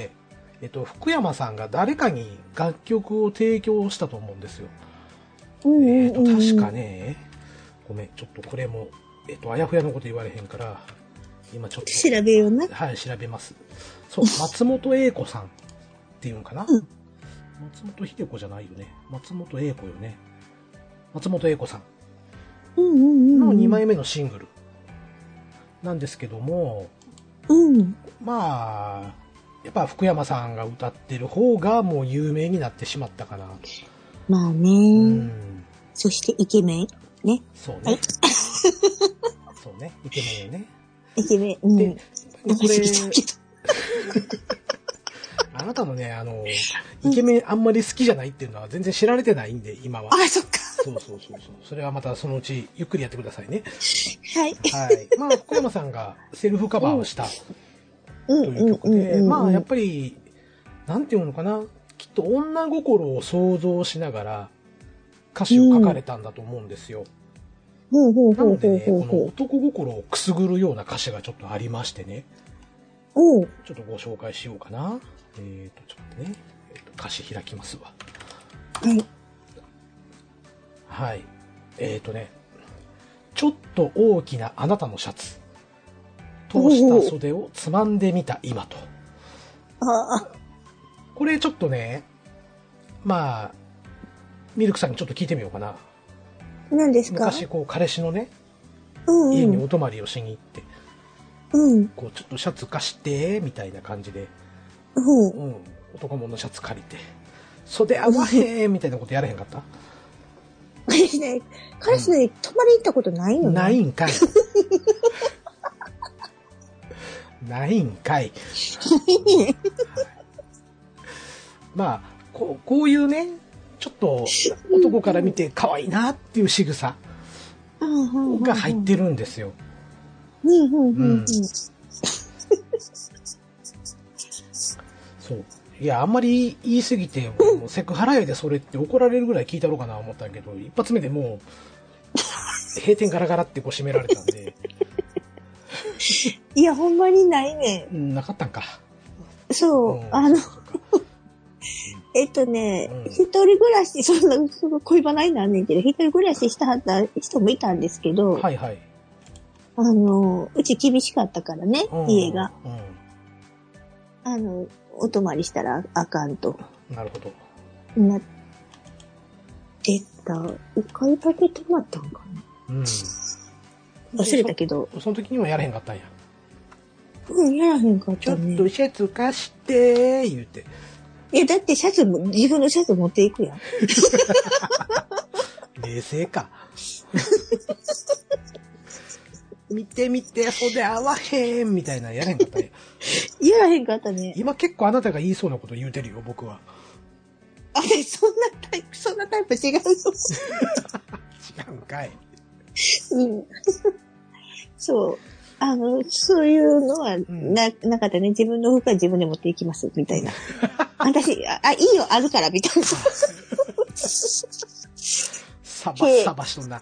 福山さんが誰かに楽曲を提供したと思うんですよ。確かね、ごめん、ちょっとこれも、あやふやのこと言われへんから、今ちょっと。 調べような。 はい、調べます。そう、松本英子さんっていうんかな、松本秀子じゃないよね。松本英子よね。松本英子さんの2枚目のシングルなんですけども、まあ、やっぱ福山さんが歌ってる方がもう有名になってしまったかな。 まあね。そしてイケメン。ね。 そうね。そうね。イケメンよね。 イケメン。で、 これ、あなたのね、イケメンあんまり好きじゃないっていうのは全然知られてないんで、今は。 あ、そっか。 そう。それはまたそのうちゆっくりやってくださいね。 はい。 はい。まあ、福山さんがセルフカバーをしたという曲で、まあ、やっぱり、なんていうのかな。きっと女心を想像しながら歌詞を書かれたんだと思うんですよ。なのでね、この男心をくすぐるような歌詞がちょっとありましてね。ちょっとご紹介しようかな。ちょっとね、歌詞開きますわ。はい。ちょっと大きなあなたのシャツ。通した袖をつまんでみた今と。これちょっとね、まあ、ミルクさんにちょっと聞いてみようかな。 何ですか？ 昔こう彼氏のね、家にお泊まりをしに行って、こうちょっとシャツ貸してみたいな感じで、男物のシャツ借りて、袖合わへんみたいなことやれへんかった？ 彼氏ね、泊まり行ったことないのね。 ないんかい。ないんかい。まあこういうね、ちょっと男から見て可愛いなっていう仕草が入ってるんですよ。そう。いや、あんまり言い過ぎて、もうセクハラやでそれって怒られるぐらい聞いたろうかな思ったけど、一発目でもう、閉店ガラガラってこう閉められたんで。 いや、ほんまにないね。 なかったんか。 そう、一人暮らし、その恋バナになんねんけど、一人暮らししたはった人もいたんですけど、 はいはい。 うち厳しかったからね、家が。お泊まりしたらあかんと。 なるほど。 なってた。一回だけ泊まったんかな。忘れたけど。 その時にはやらへんかったんや。 やらへんかったね。 ちょっとシャツ貸してー、言うて。 いや、だって自分のシャツ持っていくやん。 冷静か。見て、袖合わへんみたいなやらへんかったね。 やらへんかったね。 今結構あなたが言いそうなこと言うてるよ、僕は。 あれ、そんなタイプ違うぞ。 違うんかい。 そう。そういうのはなかったね。自分の服は自分で持っていきます、みたいな。私、いいよ、あるから、みたいな。 サバしとんな。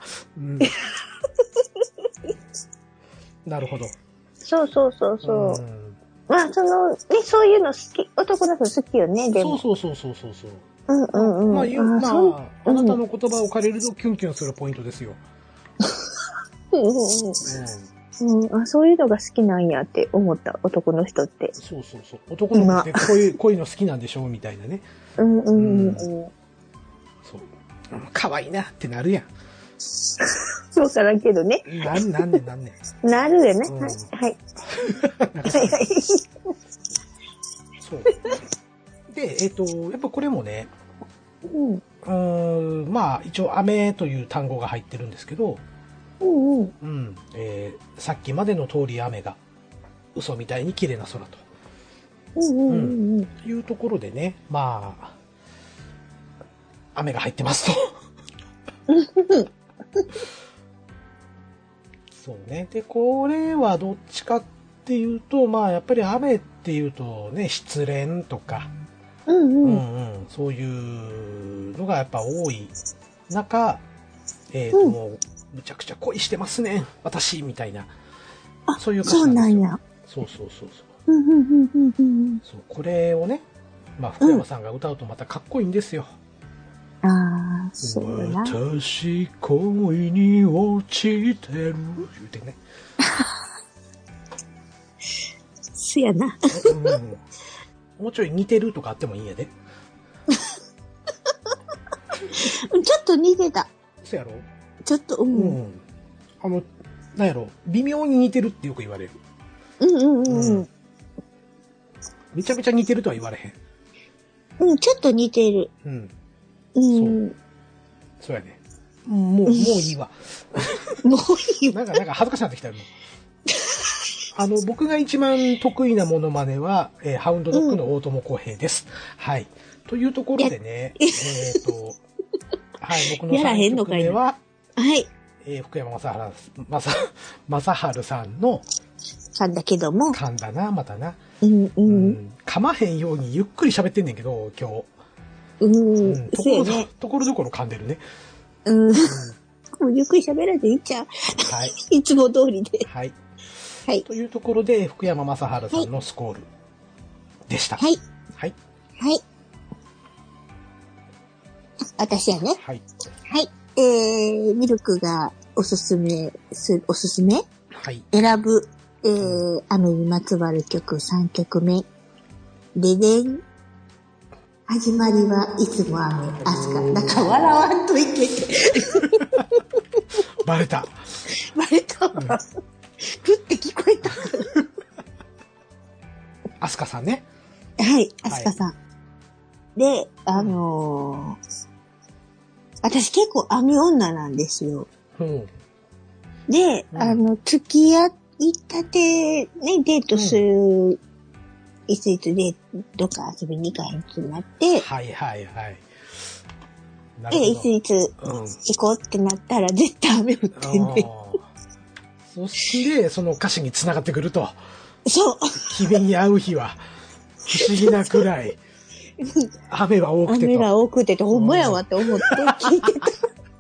なるほど。 そう。まあ、そういうの好き、男の人好きよね、でも。 そう。 うんうんうん。 まあ、あなたの言葉を借りるとキュンキュンするポイントですよ。 そういうのが好きなんやって思った、男の人って。 そう。男の子ってこういうの好きなんでしょうみたいなね。そう。可愛いなってなるやん。 そうからんけどね。 なんねん。 なるよね。はい。 そう。で、やっぱこれもね、まあ、一応、雨という単語が入ってるんですけど、さっきまでの通り雨が、嘘みたいに綺麗な空と。いうところでね、まあ、雨が入ってますと。そうね。で、これはどっちかっていうと、まあ、やっぱり雨っていうとね、失恋とか、そういうのがやっぱ多い中、もう、むちゃくちゃ恋してますね、私、みたいな。そういう歌詞なんですよ。そうなんや。そう。そう、これをね、まあ、福山さんが歌うとまたかっこいいんですよ。 そうやな。 私、恋に落ちてる。言うてね。 そやな。 もうちょい似てるとかあってもいいんやで。 ちょっと似てた。 そやろ？ ちょっと、 なんやろ、微妙に似てるってよく言われる。めちゃめちゃ似てるとは言われへん。ちょっと似てる。 そうやね。もういいわ。 もういいわ。なんか恥ずかしくなってきたよ。僕が一番得意なモノマネは、ハウンドドッグの大友康平です。はい。というところでね、はい、僕の3曲目は、 はい。 福山雅治さんの、 噛んだけども。 噛んだな、またな。噛まへんようにゆっくり喋ってんねんけど、今日。ところどころ噛んでるね。 もうゆっくり喋らずいいじゃん。はい。いつも通りで。 はい。というところで、福山雅治さんのスコールでした。はい。 私やね。はい。ミルクがおすすめはい。選ぶ、雨にまつわる曲3曲目。ででん。始まりはいつも雨、アスカ。なんか笑わんといけて。 バレたわ。 ふって聞こえた。 アスカさんね。 はい、アスカさん。で、私結構雨女なんですよ。で、付き合いたて、ね、デートする、いつどっか遊びに行かへんってなって、で、いつ行こうってなったら絶対雨降ってんね。 そして、その歌詞に繋がってくると。 そう。 君に会う日は、不思議なくらい、雨は多くてと。 雨が多くてと、ほんまやわって思って聞いてた。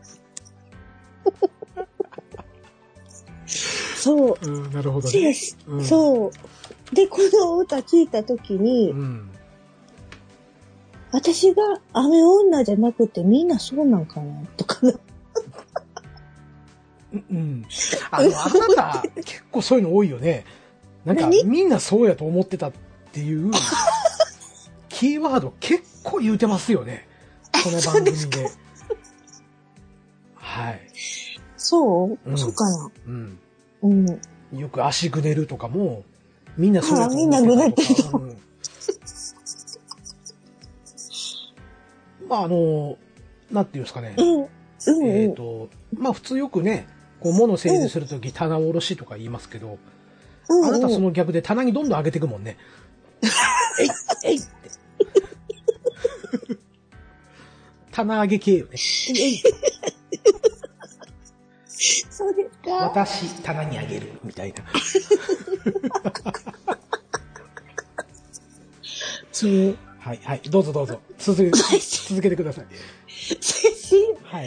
そう。 なるほどね。 そう。で、この歌聞いたときに、私が雨女じゃなくてみんなそうなんかなとかな。 あなた、結構そういうの多いよね。なんか、みんなそうやと思ってたっていう、キーワード結構言うてますよね。この番組で。はい。 そうかな。 よく足ぐねるとかも、みんなそうやと思ってたとか。 みんなぐねってると。 まあ、なんていうんですかね。まあ普通よくね、こう物整理するとき棚卸しとか言いますけど、あなたその逆で棚にどんどん上げていくもんね。えいって。棚上げ系よね。 そうですか。 私、棚に上げる、みたいな。 そう。 はい、どうぞ。続けてください。はい。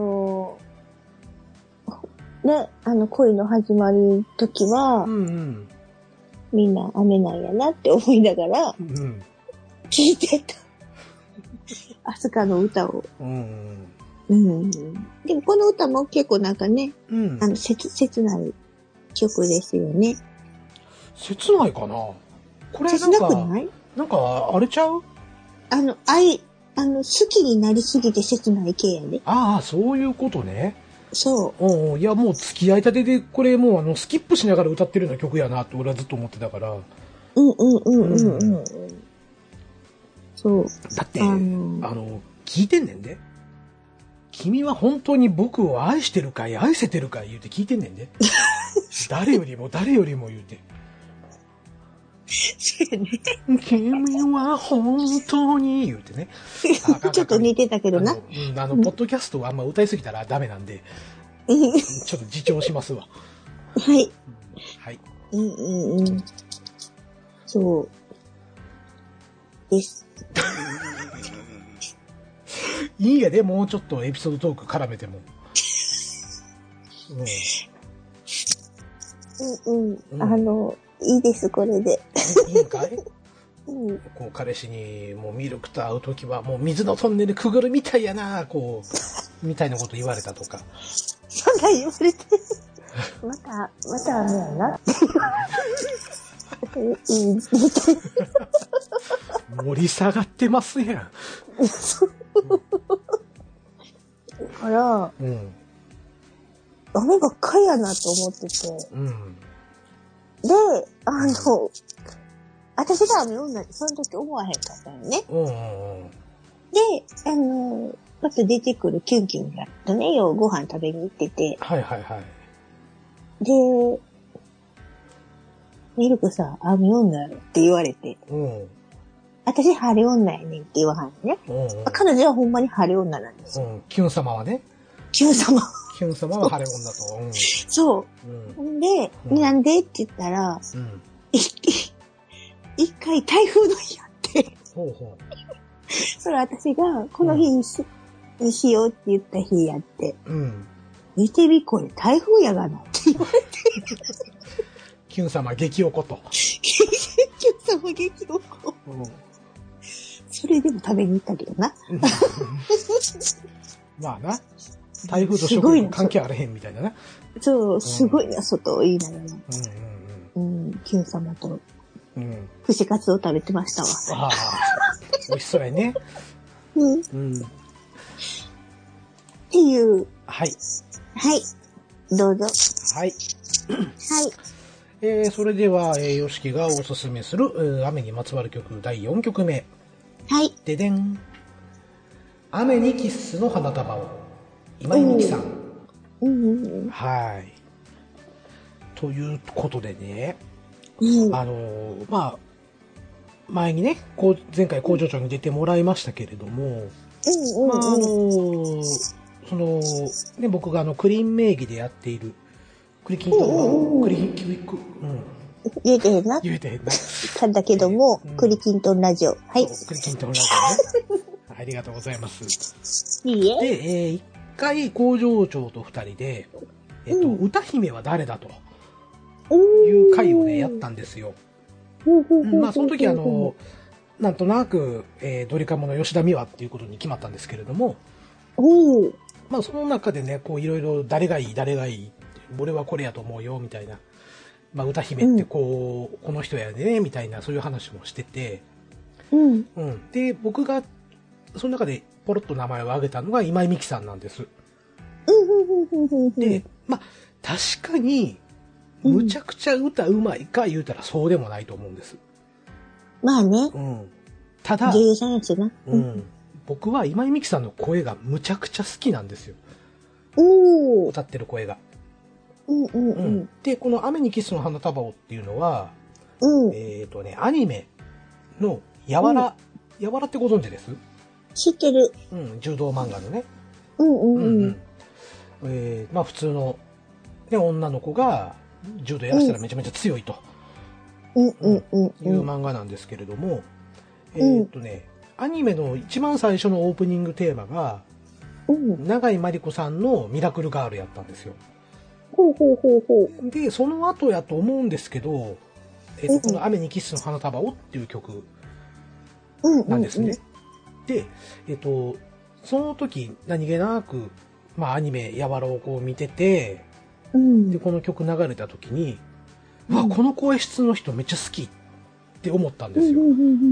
ね、恋の始まる時は、みんな雨なんやなって思いながら、聞いてた。 アスカの歌を。 うん。 うん。でもこの歌も結構なんかね、 うん。 切ない曲ですよね。 切ないかなこれ切なくない？ なんか、あれちゃう？ 好きになりすぎて切ない系やで。 ああ、そういうことね。 そう。いや、もう付き合いたてで、これもうスキップしながら歌ってるような曲やなって俺はずっと思ってたから。 うん。そう。 だって、聞いてんねんで。君は本当に僕を愛してるかい愛せてるかい言うて聞いてんねんで。誰よりも言うて。 そうね。 君は本当に言うてね。 ちょっと似てたけどな。 ポッドキャストはあんま歌いすぎたらダメなんで、ちょっと自重しますわ。 はい。 はい。 そう。です。 いいやで、もうちょっとエピソードトーク絡めても。 いいです、これで。 いいかい？こう彼氏にもうミルクと会うときはもう水のトンネルくぐるみたいやな、こうみたいなこと言われたとか。 そんな言われてまた雨やな。 盛り下がってますやん。 だから、雨ばっかりやなと思ってて。で、私が雨女ってその時思わへんかったよね。で、また出てくるキュンキュンがとね、ようご飯食べに行ってて。で、ミルクさ、雨女やろって言われて。私晴れ女やねんって言わはんね。彼女はほんまに晴れ女なんですよ。 キュン様はね。 キュン様は晴れ女と。 そう。で、なんでって言ったら、一回台風の日やって。それ私がこの日にしようって言った日やって。見てみこれ台風やがなって言われて。 キュン様激おこと。 キュン様激おこ。それでも食べに行ったけどな。 まあな。台風と食に関係あれへんみたいなね。 そう、すごいな、外を言いながら。キュン様と、串カツを食べてましたわ。 美味しそうやね。 っていう。はい。どうぞ。 はい。それでは、よしきがおすすめする、雨にまつわる曲第4曲目。 はい。 ででん。雨にキッスの花束を。今井美樹さん。はい。ということでね、まあ、前にね、前回工場長に出てもらいましたけれども、僕がクリーン名義でやっている、クリキントン、クリキンキュイック、 言えてへんな。ただけども、クリキントンラジオ。はい。 クリキントンラジオね。ありがとうございます。 いいえ。 で、一回工場長と二人で、歌姫は誰だという回をね、やったんですよ。まあ、その時なんとなく、ドリカムの吉田美和っていうことに決まったんですけれども、まあ、その中でね、いろいろ誰がいい、俺はこれやと思うよ、みたいな。まあ、歌姫ってこの人やね、みたいな、そういう話もしてて、で、僕が、その中でポロッと名前を挙げたのが今井美樹さんなんです。で、まあ、確かに、むちゃくちゃ歌うまいか言うたらそうでもないと思うんです。 まあね。 ただ、 女優さんやしな。 僕は今井美樹さんの声がむちゃくちゃ好きなんですよ。歌ってる声が。で、この雨にキスの花束をっていうのは、アニメのやわらってご存知です？ 知ってる。 柔道漫画のね。まあ普通の、ね、女の子が柔道やらせたらめちゃめちゃ強いと。いう漫画なんですけれども、アニメの一番最初のオープニングテーマが、永井真理子さんのミラクルガールやったんですよ。で、その後やと思うんですけど、この雨にキスの花束をっていう曲なんですね。 で、その時何気なく、まあアニメやわらをこう見てて、で、この曲流れた時に、わ、この声質の人めっちゃ好きって思ったんですよ。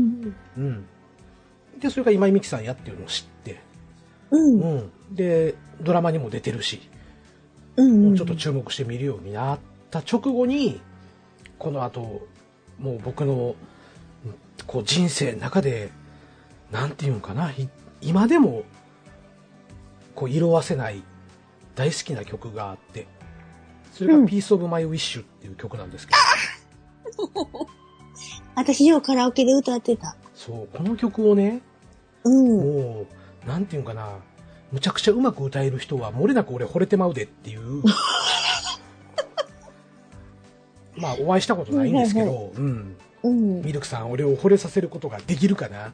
で、それが今井美樹さんやっていうのを知って、で、ドラマにも出てるし、もうちょっと注目して見るようになった直後に、この後、もう僕の、こう人生の中で、なんていうのかな、今でも、こう色あせない大好きな曲があって、それが Piece of My Wish っていう曲なんですけど。 私ようカラオケで歌ってた。 そう、この曲をね、もう、なんていうのかな、むちゃくちゃうまく歌える人は漏れなく俺惚れてまうでっていう。まあ、お会いしたことないんですけど、ミルクさん、俺を惚れさせることができるかな。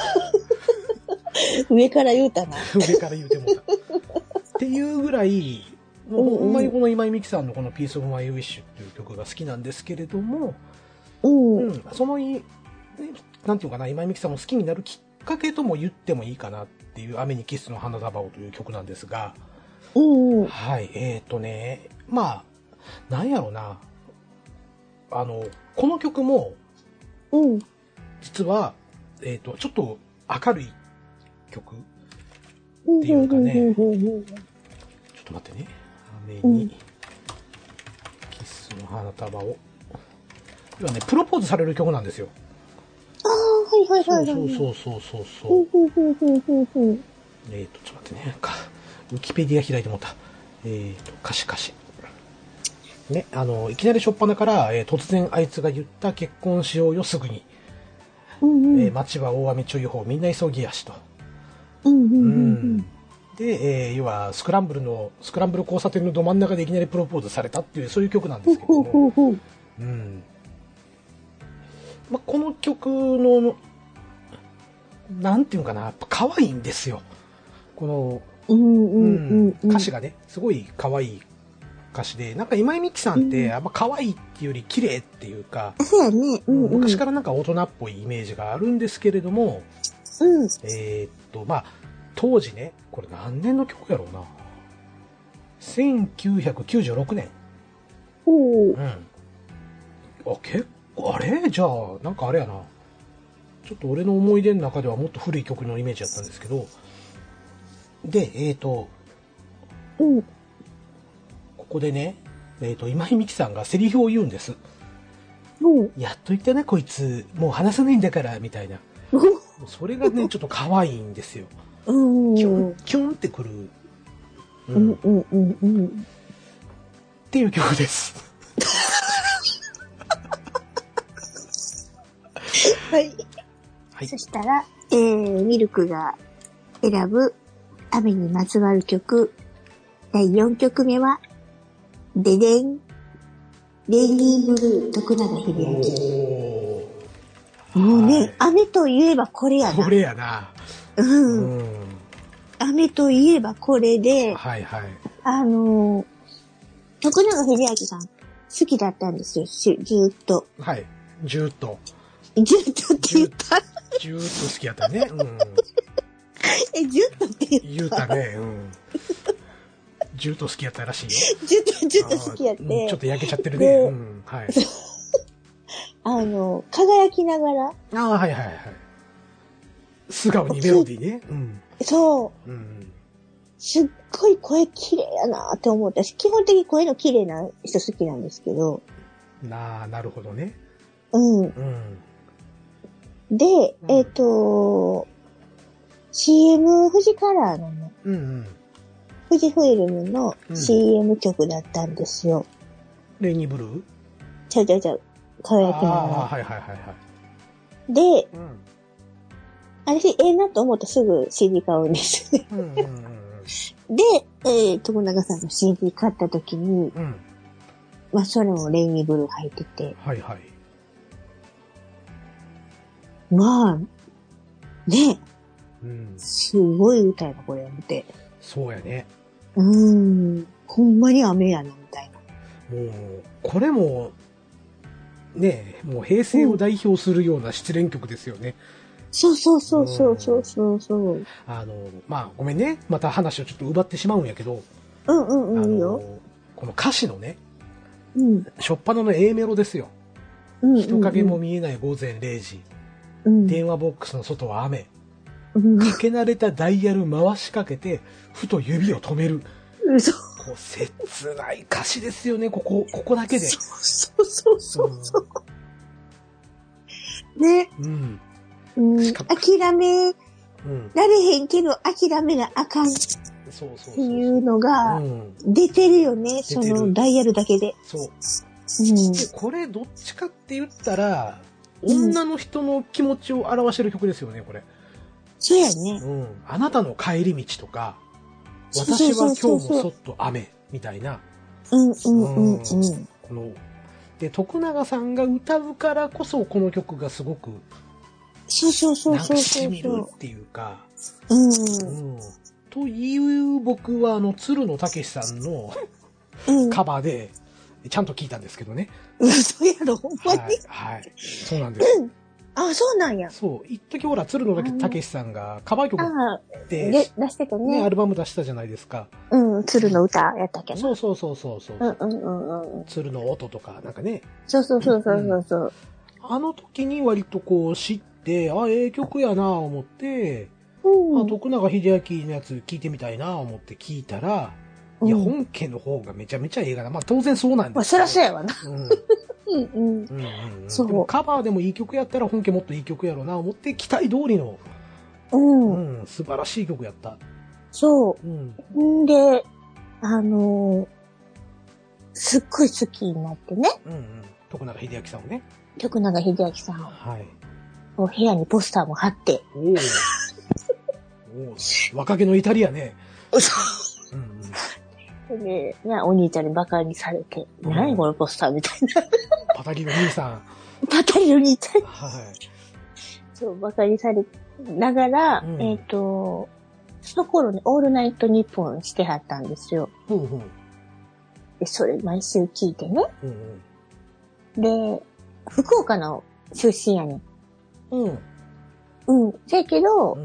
上から言うたな。 上から言うてもた。っていうぐらい、もうほんまにこの今井美樹さんのこの Piece of My Wish っていう曲が好きなんですけれども、その、なんていうかな、今井美樹さんも好きになるきっかけとも言ってもいいかなっていう雨にキスの花束をという曲なんですが、はい、まあ、なんやろな、この曲も、実は、ちょっと明るい曲っていうかね、ちょっと待ってね、雨にキスの花束を、要はね、プロポーズされる曲なんですよ。そう。ちょっと待ってね、ウィキペディア開いてもった。歌詞。ね、いきなり初っ端から、突然あいつが言った結婚しようよすぐに。街は大雨注意報、みんな急ぎやしと。で、要はスクランブル交差点のど真ん中でいきなりプロポーズされたっていう、そういう曲なんですけども。まあ、この曲の、なんていうかな、やっぱ可愛いんですよ。この、歌詞がね、すごい可愛い歌詞で、なんか今井美樹さんって、あんま可愛いっていうより綺麗っていうか、 そうやね。 昔からなんか大人っぽいイメージがあるんですけれども、まあ、当時ね、これ何年の曲やろうな。1996年。結構、あれじゃあ、なんかあれやな。ちょっと俺の思い出の中ではもっと古い曲のイメージだったんですけど、で、ここでね、今井美樹さんがセリフを言うんです。やっと言ったな、こいつ。もう話さないんだから、みたいな。それがね、ちょっと可愛いんですよ。キュンってくる。っていう曲です。 はい。そしたら、ミルクが選ぶ雨にまつわる曲、第4曲目は、ででん、レイニーブルー、徳永英明。もうね、雨といえばこれやな。 これやな。 雨といえばこれで、徳永英明さん、好きだったんですよ、ずーっと。 はい、ずーっと。 ずーっとって言った。 ずーっと好きやったね。 ずーっとって言ったね。ずーっと好きやったらしいよ。 ずっと好きやって。 ちょっと焼けちゃってるね。はい。 輝きながら。 はい。素顔にメロディーね。 そう。すっごい声綺麗やなって思ったし、基本的に声の綺麗な人好きなんですけど。 なるほどね。 で、CM 富士カラーのね、富士フイルムの CM 曲だったんですよ。 レイニーブルー？ ちゃう、輝きながら。で、私、なと思ったらすぐ CD 買うんですね。で、徳永さんの CD 買った時に、まあ、それもレイニーブルー入ってて。まあ、ね、すごい歌やな、これ、思って。 そうやね。 ほんまに雨やな、みたいな。 もう、これも、ね、もう平成を代表するような失恋曲ですよね。 そうそうそうそうそうそう。 まあ、ごめんね。また話をちょっと奪ってしまうんやけど。 うんうんうん、いいよ。 この歌詞のね、 うん。 初っ端の A メロですよ。 うんうんうん、 人影も見えない午前0時。 うん、 電話ボックスの外は雨。 うん、 かけ慣れたダイヤル回しかけて、ふと指を止める。 嘘。 こう切ない歌詞ですよね、ここだけで。 そうそうそうそう。ね。 うん。 諦められへんけど、諦めがあかん。 そうっていうのが、出てるよね、そのダイヤルだけで。 そう。で、これどっちかって言ったら、女の人の気持ちを表してる曲ですよね、これ。 そうやね。 あなたの帰り道とか、私は今日もそっと雨、みたいな。で、徳永さんが歌うからこそ、この曲がすごく、なんか染みるっていうか、という僕は、鶴野武さんのカバーで、ちゃんと聞いたんですけどね。 嘘やろ、ほんまに。 はい。そうなんです。 あ、そうなんや。 そう。一時ほら、鶴野武さんがカバー曲で出してたね。 アルバム出したじゃないですか。 鶴の歌やったっけな。 そう。鶴の音とか、なんかね。 そう。 あの時に割とこう知って、曲やなぁ思って、徳永英明のやつ聞いてみたいなぁ思って聞いたら、いや、本家の方がめちゃめちゃ映画だ。まあ当然そうなんですけど。 まあそりゃそうやわな。 そう。カバーでもいい曲やったら本家もっといい曲やろうな思って期待通りの、素晴らしい曲やった。 そう。で、すっごい好きになってね。 徳永英明さんをね。 徳永英明さんを。 はい。 部屋にポスターも貼って。 若気の至りやね。 で、お兄ちゃんにバカにされて、何このポスターみたいな。 パタリの兄さん。 パタリの兄ちゃん。 はい。 そう、バカにされながら、その頃にオールナイトニッポンしてはったんですよ。で、それ毎週聞いてね。で、福岡の出身やねん。せやけど、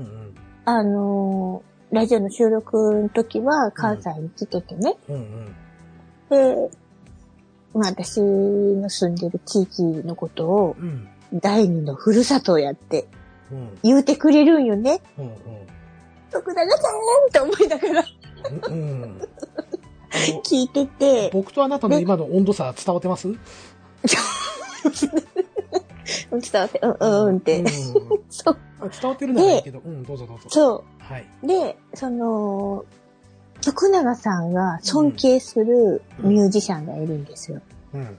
ラジオの収録の時は関西に来ててね。で、まあ私の住んでる地域のことを、第二のふるさとをやって言うてくれるんよね。徳永さんって思いながら聞いてて。 僕とあなたの今の温度差伝わってます？ 伝わって、って。そう。 伝わってるならいいけど、どうぞ。 そう。 はい。 で、徳永さんが尊敬するミュージシャンがいるんですよ。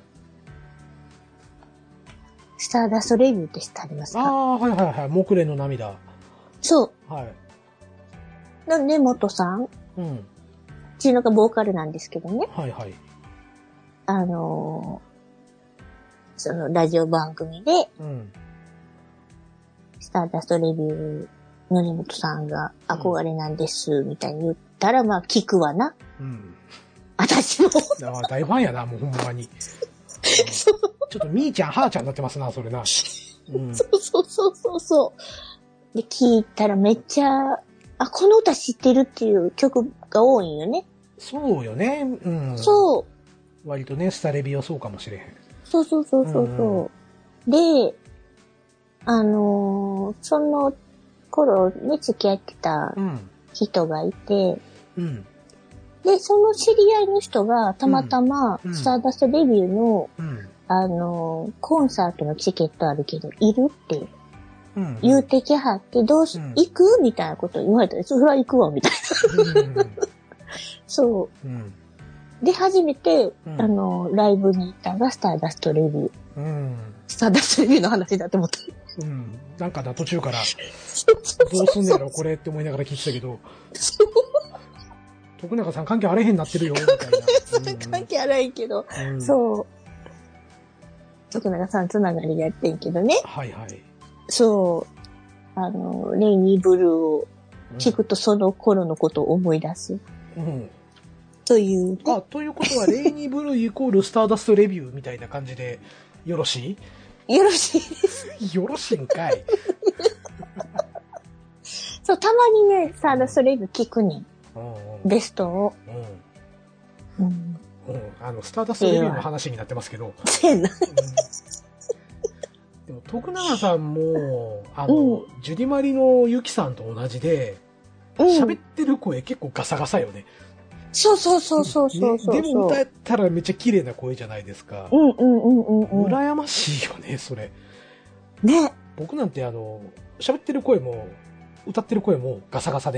スターダストレビューって知ってありますか？ はい。木蓮の涙。 そう。 はい。 の根本さん。ちのがボーカルなんですけどね。 はい。 そのラジオ番組で、スターダストレビューの根本さんが憧れなんです、みたいに言ったら、まあ聞くわな。私も。 大ファンやな、もうほんまに。ちょっとみーちゃん、はーちゃんになってますな、それな。 そう。で、聞いたらめっちゃ、この歌知ってるっていう曲が多いんよね。 そうよね。 そう。 割とね、スタレビはそうかもしれへん。 そう。で、その頃ね、付き合ってた人がいて、で、その知り合いの人がたまたま、スターダストレビューの、コンサートのチケットあるけど、いるって言うてきはって、行くみたいなこと言われたら、それは行くわ、みたいな。そう。で、初めて、ライブに行ったのがスターダストレビュー。スターダストレビューの話だと思った。 なんか途中から、どうすんねやろ、これって思いながら聞いてたけど、徳永さん関係あれへんなってるよ、みたいな。 関係あらへんけど、そう。徳永さんつながりでやってんけどね。 はい。 そう。レイニーブルーを聞くとその頃のことを思い出す。という、ね。 ということは、レイニーブルーイコールスターダストレビューみたいな感じで、よろしい？ よろしいです。 よろしいんかい。 そう、たまにね、それが聞くねん。ベストを。 スターダストレビューの話になってますけど。 せやな。 でも、徳永さんも、ジュディマリのユキさんと同じで、喋ってる声結構ガサガサよね。 そうそうそうそうそう。 でも歌ったらめっちゃ綺麗な声じゃないですか。羨ましいよね、それ。 ね。 僕なんて喋ってる声も、歌ってる声もガサガサです。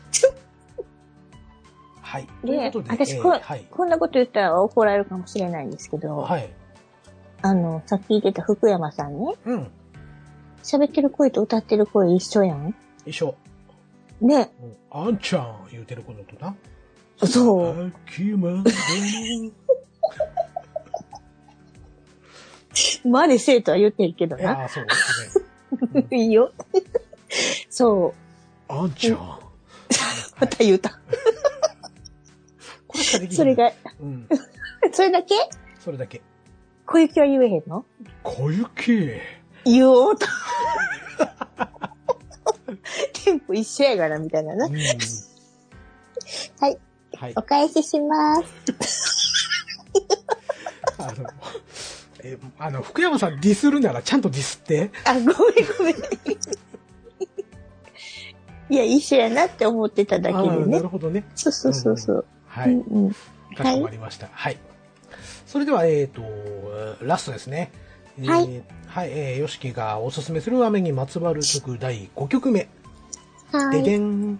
はい。ということで。 私こんなこと言ったら怒られるかもしれないんですけど、 はい。 さっき言ってた福山さんね。喋ってる声と歌ってる声一緒やん。 一緒。 ね。 あんちゃん言うてることとな。 そう。までせえとは言ってんけどな。 ああ、そうですね。いいよ。そう。 あんちゃん。 また言うた。 これしかできない。 それが、それだけ？ それだけ。 小雪は言えへんの？ 小雪。 言おうと。テンポ一緒やからみたいなな。はい。はい。お返しします。 福山さんディスるならちゃんとディスって。 ごめんごめん。いや、一緒やなって思ってただけでね。 なるほどね。 そうそうそうそう。 はい。かしこまりました。はい。それでは、ラストですね。はい。はい、ヨシキがおすすめする雨にまつわる曲第5曲目。はい。ででん。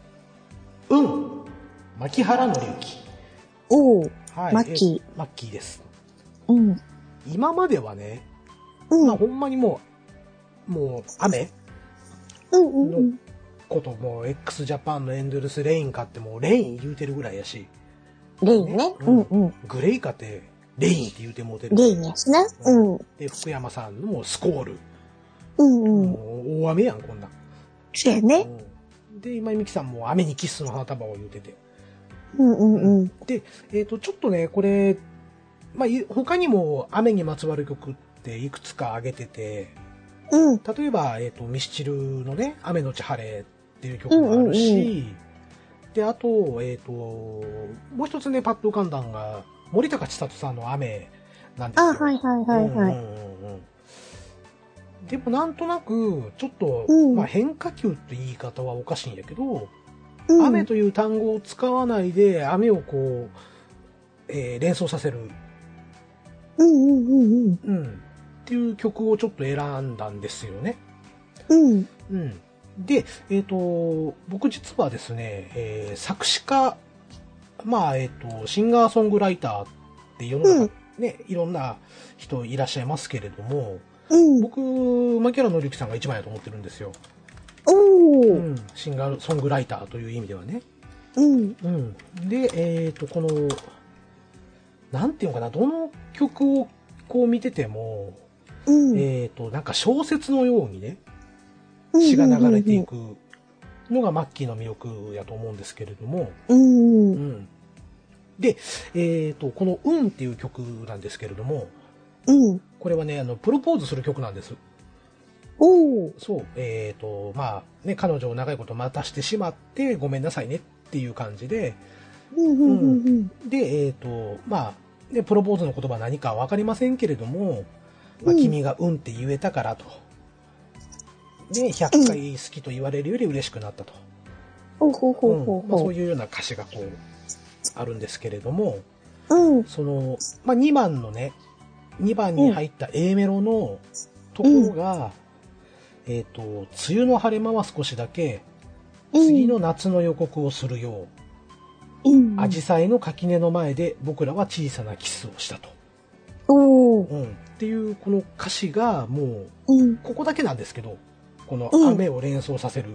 牧原紀之。 おー。はい。マッキーです。 今まではね、まあほんまにもう雨のことも x ジャパンのエンドレスレインかってもうレイン言うてるぐらいやし。 レインね。 グレイかってレインって言うてもうてる。 レインやしな。 で、福山さんのもスコール。大雨やん、こんなん。 そうやね。 で、今井美樹さんも雨にキスの花束を言うてて。で、ちょっとね、これ、まあ、他にも雨にまつわる曲っていくつか挙げてて、例えば、ミスチルのね、雨のち晴れっていう曲もあるし、で、あと、もう一つね、パッと浮かんだのが、森高千里さんの雨なんですよ。でもなんとなく、ちょっと、まあ変化球って言い方はおかしいんやけど、雨という単語を使わないで、雨をこう、連想させる。っていう曲をちょっと選んだんですよね。で、僕実はですね、作詞家、まあ、シンガーソングライターって世の中、ね、いろんな人いらっしゃいますけれども、僕、牧原紀之さんが一番やと思ってるんですよ。シンガーソングライターという意味ではね。で、この、なんていうのかな、どの曲をこう見てても、なんか小説のようにね、詩が流れていくのがマッキーの魅力やと思うんですけれども、で、このっていう曲なんですけれども、これはね、プロポーズする曲なんです。そう、まあ、ね、彼女を長いこと待たしてしまって、ごめんなさいねっていう感じで、で、まあ、ね、プロポーズの言葉は何かわかりませんけれども、まあ、君がって言えたからと。で、100回好きと言われるより嬉しくなったと。まあ、そういうような歌詞がこう、あるんですけれども、その、まあ、2番のね、2番に入った A メロのところが、梅雨の晴れ間は少しだけ、次の夏の予告をするよう、紫陽花の垣根の前で僕らは小さなキスをしたと。っていうこの歌詞がもう、ここだけなんですけど、この雨を連想させる。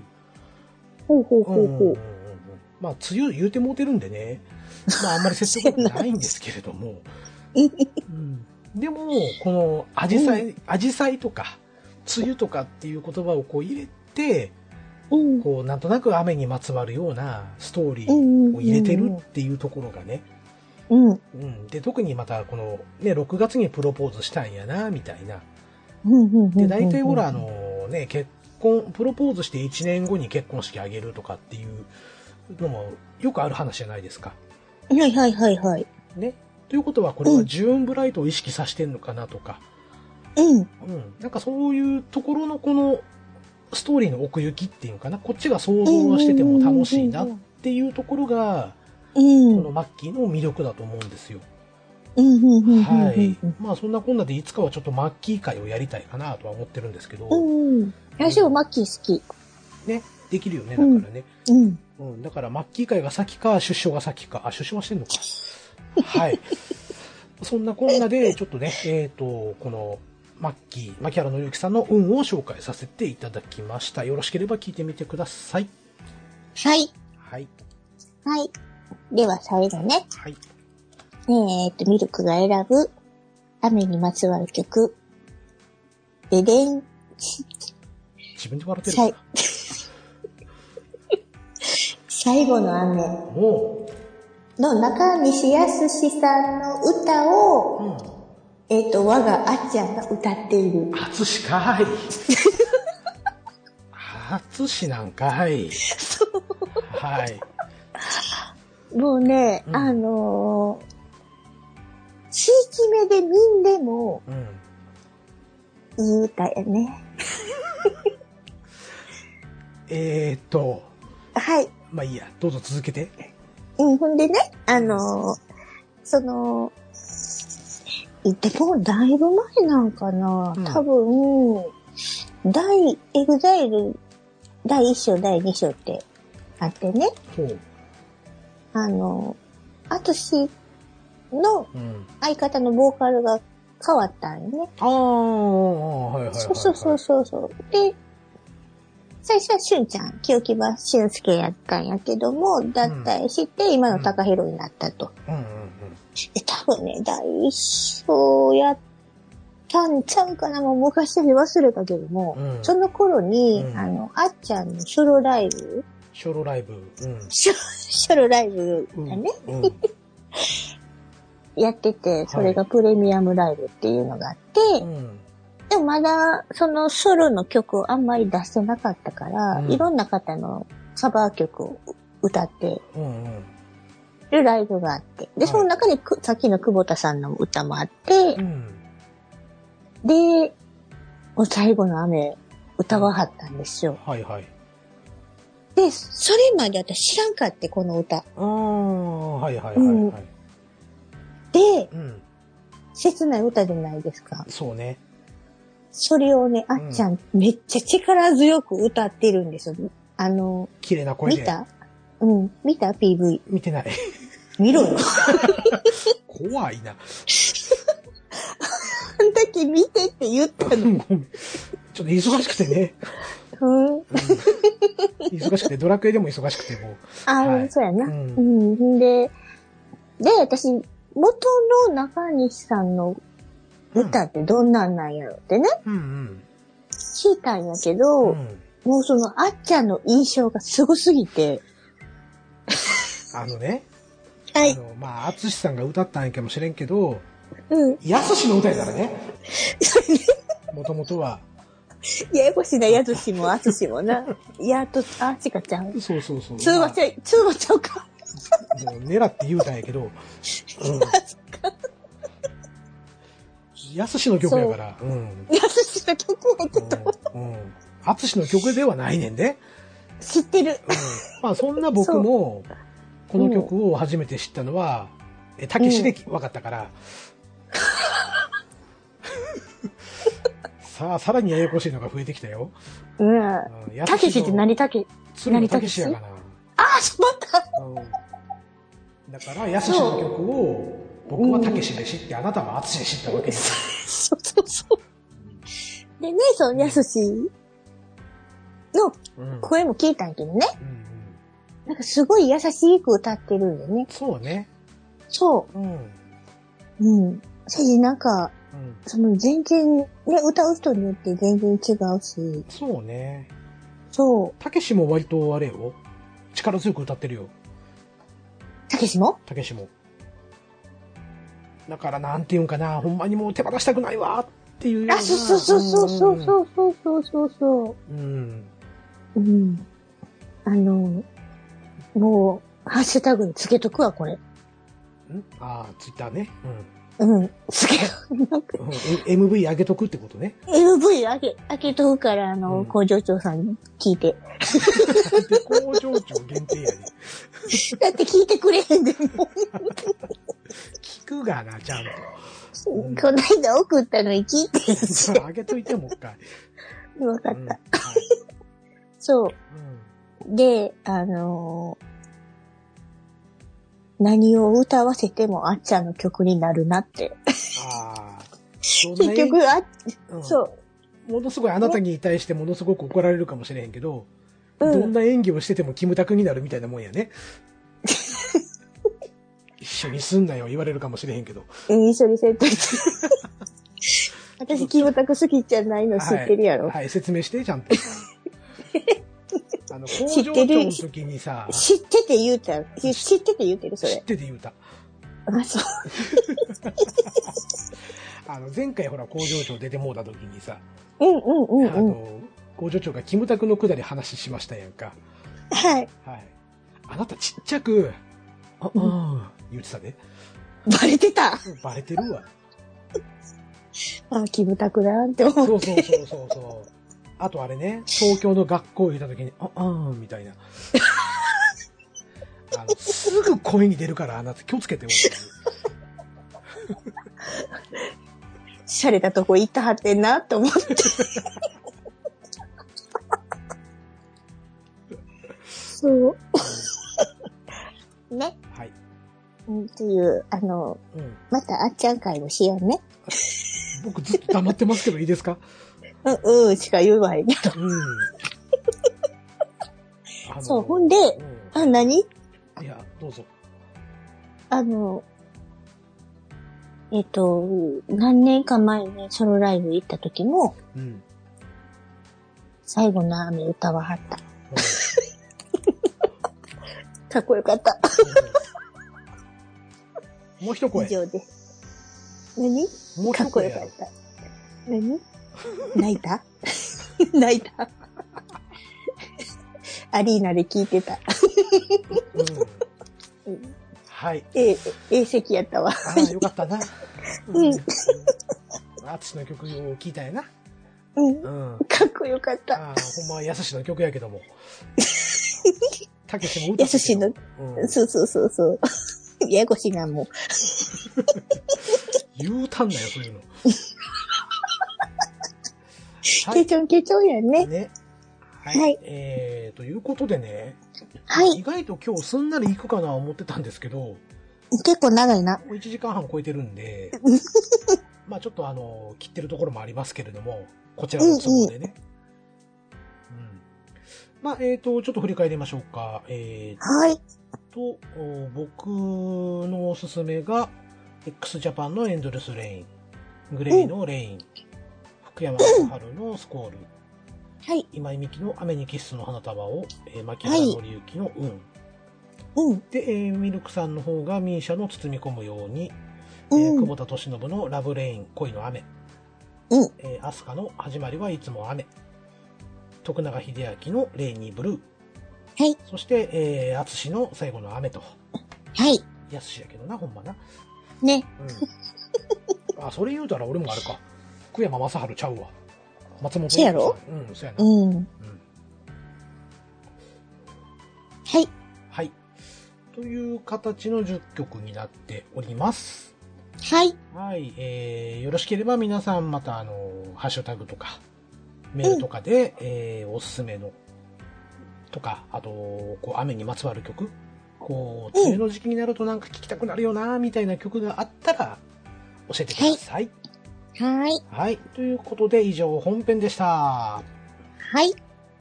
まあ、梅雨言うてもうてるんでね、まあ、あんまり説得力ないんですけれども、でも、この紫陽花とか、梅雨とかっていう言葉をこう入れて、こうなんとなく雨にまつわるようなストーリーを入れてるっていうところがね、で特にまたこの、ね、6月にプロポーズしたんやなみたいな。で大体ほらね、結プロポーズして1年後に結婚式あげるとかっていうのもよくある話じゃないですか。 はいはいはいはい。 ね。ということは、これはジューンブライトを意識させてんのかなとか。 うん。うん。 なんかそういうところのこのストーリーの奥行きっていうかな、こっちが想像はしてても楽しいなっていうところが、このマッキーの魅力だと思うんですよ。はい。まあそんなこんなでいつかはちょっとマッキー会をやりたいかなとは思ってるんですけど。 私もマッキー好き。 ね。できるよね、だからね。だからマッキー会が先か、出所が先か。出所はしてんのか。はい。そんなこんなで、ちょっとね、この、牧原紀之さんの運を紹介させていただきました。よろしければ聞いてみてください。 はい。 はい。 はい。では最後ね。 はい。 ミルクが選ぶ雨にまつわる曲。ででん。 自分で笑ってるんですか？ 最後の雨の中西康さんの歌を、我があっちゃんが歌っている。 あつしかい。あつしなんかい。 そう。 はい。 もうね、地域目でみんでも、いい歌やね。はい。 まあいいや、どうぞ続けて。 ほんでね、でもだいぶ前なんかな、多分、エグザイル第1章、第2章ってあってね、あとしの相方のボーカルが変わったんよね。 はいはい。 そう。で、最初はしゅんちゃん、清木場俊介やったんやけども、脱退して、今の高弘になったと。で、多分ね、第一章やったんちゃうかな、もう昔に忘れたけども、その頃に、あっちゃんのソロライブソロライブだね。やってて、それがプレミアムライブっていうのがあって、でもまだそのソロの曲をあんまり出してなかったから、いろんな方のカバー曲を歌ってるライブがあって、で、その中にさっきの久保田さんの歌もあって、で、もう最後の雨歌わはったんですよ。 はいはい。 で、それまで私知らんかって、この歌。 はいはいはい。 で、切ない歌じゃないですか。 そうね。 それをね、あっちゃん、めっちゃ力強く歌ってるんですよ。 綺麗な声で。 見た ?PV。 見てない。 見ろよ。 怖いな。あん時見てって言ったの。 ちょっと忙しくてね。忙しくて、ドラクエでも忙しくても。 そうやな。で、私、元の中西さんの歌ってどんなんなんやろってね。聞いたんやけど、もうそのあっちゃんの印象がすごすぎて。 はい。まあ、あつしさんが歌ったんやかもしれんけど、やすしの歌やからね。もともとは。 ややこしいな、やすしもあつしもな。ちかちゃん。 そう。 通話ちゃうか。 もう狙って言うたんやけど、やすしの曲やから。 やすしの曲やけど。 あつしの曲ではないねんで。 知ってる。 まあそんな僕も、この曲を初めて知ったのは、たけしで分かったから。さあ、さらにややこしいのが増えてきたよ。 たけしって何たけしやかな。 また。 だから、やすしの曲を、僕はたけしで知って、あなたはあつしで知ったわけです。 そう。でね、そのやすしの声も聞いたんやけどね。なんかすごい優しく歌ってるんだよね。 そうね。 そう。なんか、全然、ね、歌う人によって全然違うし。 そうね。 そう。 たけしも割とあれよ。力強く歌ってるよ。 たけしも。 だからなんていうんかな、ほんまにもう手放したくないわっっていうような。 あ、そうそうそうそうそうそうそう。うん。うん。もう、ハッシュタグにつけとくわ、これ。 ああ、ツイッターね。 うん。つけ、 MV 上げとくってことね。 MV 上げとくから、工場長さんに聞いて。 工場長限定やで。 だって聞いてくれへんでも。 聞くがな、ちゃんと。 この間送ったのに聞いてへんし。 上げといてもう一回。 わかった。そう。で、何を歌わせてもあっちゃんの曲になるなって。ああ。結局、そう。 ものすごいあなたに対してものすごく怒られるかもしれへんけど、どんな演技をしててもキムタクになるみたいなもんやね。一緒にすんなよ言われるかもしれへんけど。 一緒にせんといて。私キムタク好きじゃないの知ってるやろ。 はい、説明してちゃんと。工場長の時にさ。 知ってて言うてるそれ。 知ってて言うた。 あ、そう。 前回ほら工場長出てもうた時にさ。工場長がキムタクのくだり話しましたやんか。 はい。 はい。あなたちっちゃく、言ってたね。 バレてた。 バレてるわ。 あ、キムタクだって思って。 そう。あとあれね、東京の学校行った時に、みたいな。すぐ声に出るからあなた気をつけて。 洒落たとこ行ったはってんなって思って。そう。ね。 はい。 っていう、またあっちゃん会をしようね。 僕ずっと黙ってますけどいいですか？ しか言うわへんけど。そう、ほんで、何？いや、どうぞ。 何年か前にソロライブ行った時も、最後の雨歌わはった。かっこよかった。 もう一声。 以上です。何？ もう一声。かっこよかった。 何？泣いた泣いたアリーナで聞いてた。 はい。 席やったわ。 ああ、よかったな。アツシの曲を聴いたやな。 かっこよかった。 ほんまはやすしの曲やけども。たけしも歌やすしの、そう。ややこしいな、もう。 言うたんだよ、そういうの。 ケチョンやね。 ね。はい。ということでね。はい。意外と今日すんなり行くかな思ってたんですけど。 結構長いな。 1時間半超えてるんで。まあちょっと切ってるところもありますけれども、こちらの都合でね。まあちょっと振り返りましょうか。はい。僕のおすすめが、x ジャパンのエンドレスレイン、グレイのレイン、福山雅治のスコール、はい。今井美樹の雨にキスの花束を、牧原紀之の運。で、ミルクさんの方がミーシャの包み込むように、久保田利伸のラブレイン、恋の雨。アスカの始まりはいつも雨。徳永英明のレイニーブルー。はい。そして、アツシの最後の雨と。はい。やすしやけどな、ほんまな。ね。それ言うたら俺もあれか。福山雅治ちゃうわ。松本。そうやろ？そうやな。はい。はい。という形の10曲になっております。はい。はい。よろしければ皆さんまたハッシュタグとか、メールとかで、おすすめの、とか、あと、雨にまつわる曲、梅雨の時期になるとなんか聴きたくなるよな、みたいな曲があったら、教えてください。はい。はい。ということで、以上、本編でした。はい。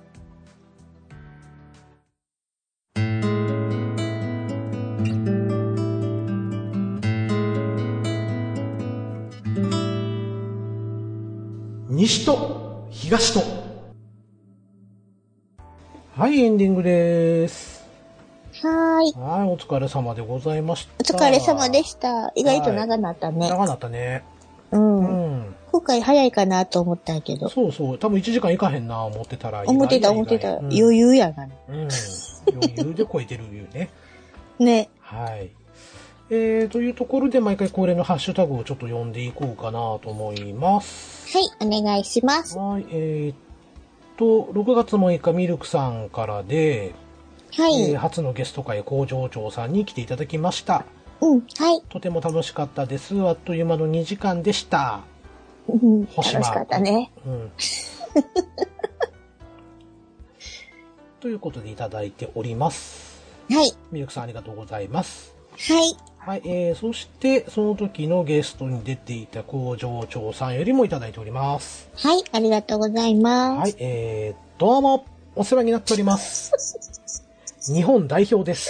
西と東と。はい、エンディングです。はい、お疲れ様でございました。お疲れ様でした。意外と長なったね。長なったね。福回早いかなと思ったんやけど。 そうそう。多分1時間いかへんな思ってたら。 思ってた。余裕やな。 うん。余裕で超えてるよね。 ね。 はい。というところで毎回恒例のハッシュタグをちょっと読んでいこうかなと思います。 はい、お願いします。 はい。6月6日ミルクさんからで、 はい。 初のゲスト会工場長さんに来ていただきました。 うん、はい。 とても楽しかったです。あっという間の2時間でした。 うん、楽しかったね。 うん。ということでいただいております。 はい。 ミルクさんありがとうございます。 はい。 はい、そしてその時のゲストに出ていた工場長さんよりもいただいております。 はい、ありがとうございます。 はい、どうもお世話になっております。日本代表です。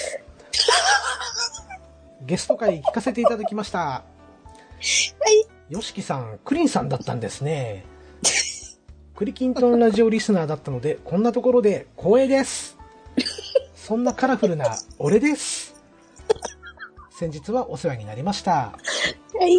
ゲスト会聞かせていただきました。はい。よしきさん、クリンさんだったんですね。クリキントンラジオリスナーだったので、こんなところで光栄です。そんなカラフルな俺です。先日はお世話になりました。 はい。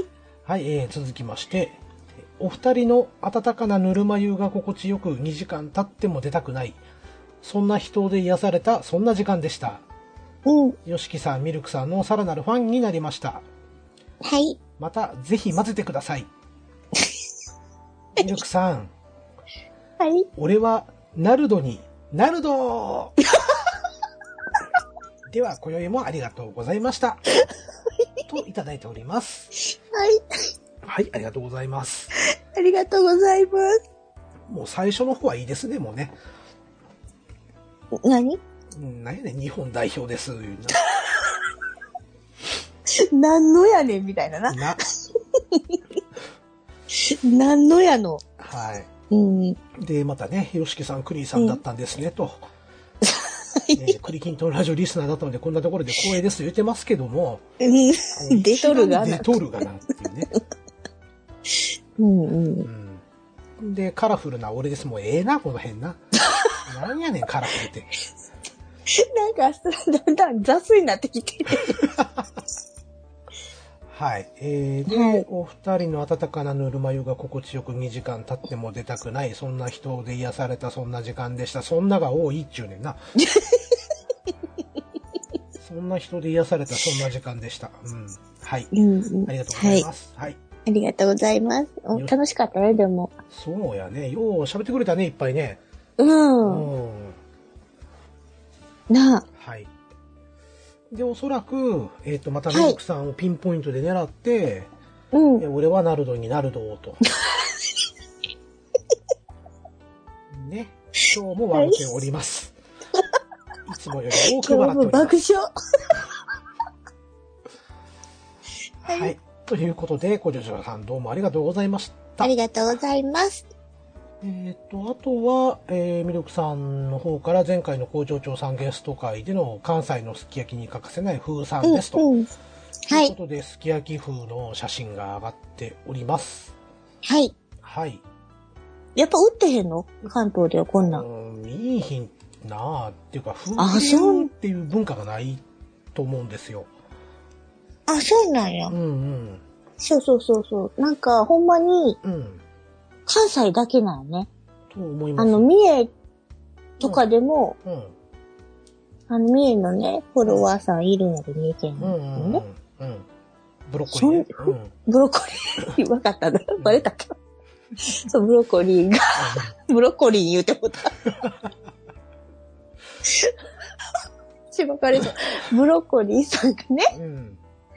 はい、続きまして、お二人の温かなぬるま湯が心地よく2時間経っても出たくない。そんな人で癒された、そんな時間でした。 うん。 よしきさん、ミルクさんのさらなるファンになりました。 はい。 また、ぜひ混ぜてください。ミルクさん。 はい。 俺は、ナルドに、ナルドでは、今宵もありがとうございました。と、いただいております。 はい。 はい、ありがとうございます。 ありがとうございます。 もう最初の方はいいですね、もうね。 何やねん、日本代表です。 何のやねんみたいなな。何のやの。 はい。 うん、 で、またね、よしきさん、クリーさんだったんですね、と。クリキントンラジオリスナーだったので、こんなところで光栄ですと言ってますけども。 出とるがな。 出とるがなっていうね。で、カラフルな俺です。もうええな、この辺な。なんやねん、カラフルって。 なんか、だんだん雑になってきてる。 はい。で、お二人の温かなぬるま湯が心地よく2時間経っても出たくない。そんな人で癒された、そんな時間でした。そんなが多いっちゅうねんな。そんな人で癒された、そんな時間でした。うん。はい。ありがとうございます。はい。 ありがとうございます。楽しかったね、でも。 そうやね。よう喋ってくれたね、いっぱいね。 なあ。 はい。で、おそらく、またミルクさんをピンポイントで狙って、俺はナルドにナルドをと。ね。今日も笑っております。いつもより多く笑っております。 今日も爆笑。はい。ということで、工場長さんどうもありがとうございました。 ありがとうございます。 あとは、ミルクさんの方から前回の工場長さんゲスト会での関西のすき焼きに欠かせない風さんですと。ということで、すき焼き風の写真が上がっております。 はい。 はい。 やっぱ売ってへんの？関東ではこんなん。 いいひんなあっていうか、風船っていう文化がないと思うんですよ。 あ、そうなんや。そう。なんか、ほんまに、関西だけなんね。 と思います。 三重とかでも、三重のね、フォロワーさんいるんやで、三重県のね。 ブロッコリー。 ブロッコリー。わかったな。バレたか。そう、ブロッコリーが、ブロッコリー言うてもた。しばかれた。ブロッコリーさんがね、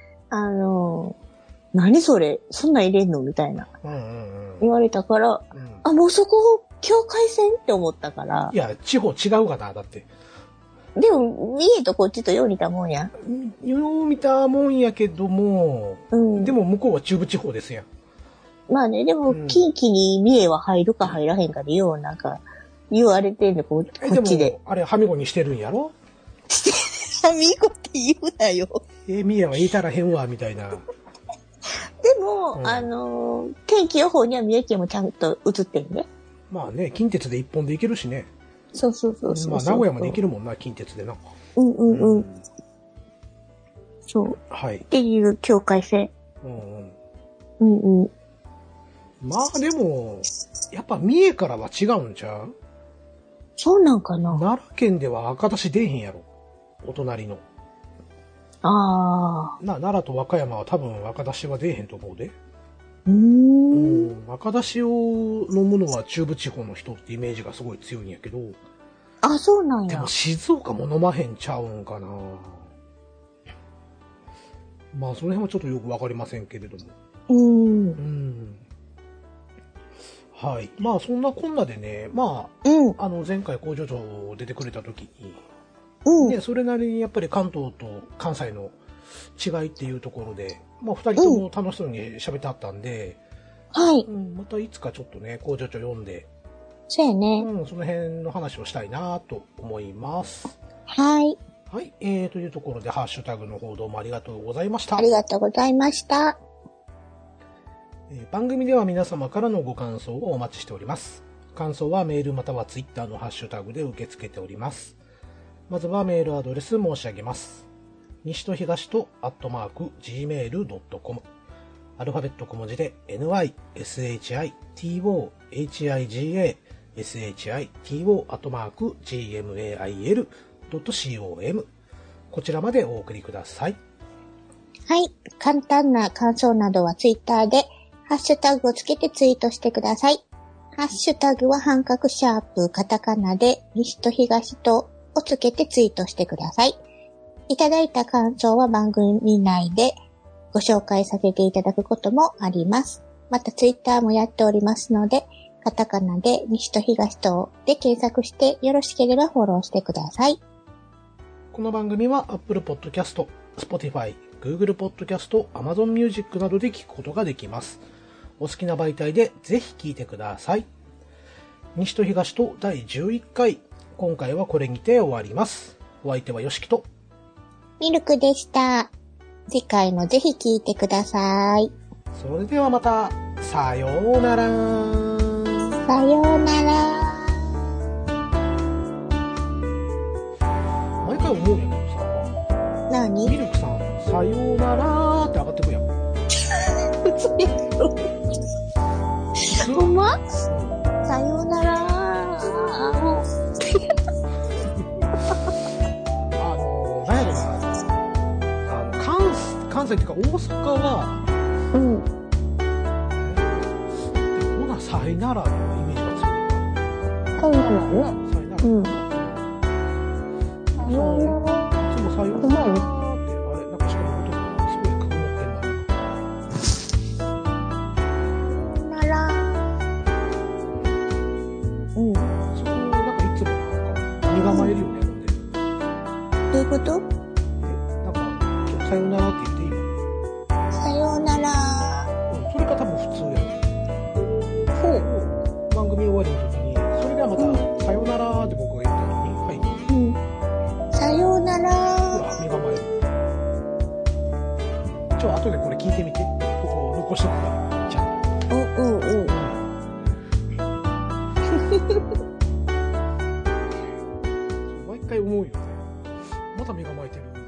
何それそんなん入れんのみたいな。言われたから、あ、もうそこ、境界線って思ったから。 いや、地方違うかな、だって。 でも、三重とこっちとよう似たもんや。 よう似たもんやけども、でも向こうは中部地方ですやん。 まあね、でも、近畿に三重は入るか入らへんかで、ようなんか、言われてんで、こっちで。 でも、あれ、はみごにしてるんやろ？ はみごって言うなよ。 三重は言いたらへんわ、みたいな。 でも、天気予報には三重県もちゃんと映ってるね。 まあね、近鉄で一本で行けるしね。 そう。 まあ、名古屋まで行けるもんな、近鉄でな。そう。 はい。っていう境界線。 まあでも、やっぱ三重からは違うんちゃう？ そうなんかな。 奈良県では赤だし出えへんやろ。お隣の。奈良と和歌山は多分赤だしは出えへんと思うで。赤だしを飲むのは中部地方の人ってイメージがすごい強いんやけど。 あ、そうなんや。 でも静岡も飲まへんちゃうんかな。まあその辺はちょっとよくわかりませんけれども。はい。まあそんなこんなでね、まあ、前回工場長出てくれた時に、で、それなりにやっぱり関東と関西の違いっていうところで、まあ二人とも楽しそうに喋ってはったんで、 はい。 またいつかちょっとね、工場長読んで、 そうやね。 その辺の話をしたいなと思います。 はい。 はい。というところで、ハッシュタグの方どうもありがとうございました。 ありがとうございました。 番組では皆様からのご感想をお待ちしております。感想はメールまたはツイッターのハッシュタグで受け付けております。まずはメールアドレス申し上げます。西と東と@gmail.com アルファベット小文字で nyshito@gmail.com こちらまでお送りください。 はい。簡単な感想などはツイッターでハッシュタグをつけてツイートしてください。ハッシュタグは半角シャープカタカナで西と東とをつけてツイートしてください。いただいた感想は番組内でご紹介させていただくこともあります。またツイッターもやっておりますので、カタカナで西と東とで検索してよろしければフォローしてください。 この番組は Apple Podcast、Spotify、Google Podcast、Amazon Music などで聞くことができます。お好きな媒体でぜひ聞いてください。西と東と第11回。今回はこれにて終わります。お相手はよしきとミルクでした。次回もぜひ聞いてください。 それではまた、さようなら。 さようなら。 毎回思うんやけどさ。 何？ ミルクさん、さようならって上がってくやん。 嘘やろ。ほんま？さようなら。 なんやろな。関西っていうか大阪は、ほな、さいならのイメージが強いか。さいならね。 さいなら。いつもさようならって、あれ、なんかしかも言葉がすごいかかってんな。なら。 そこ、なんかいつもなんか、身構えるよね、なんで。 どういうこと？ なんか、ちょっとさようならって言っていいの？ さようなら。 それが多分普通やね。番組終わりの時に、それではまた、さようならって僕が言ったのに、はい。 さようなら。 ほら、身構える。後でこれ聞いてみて。ここ残しとくから。じゃあ。毎回思うよね。また身構えてる。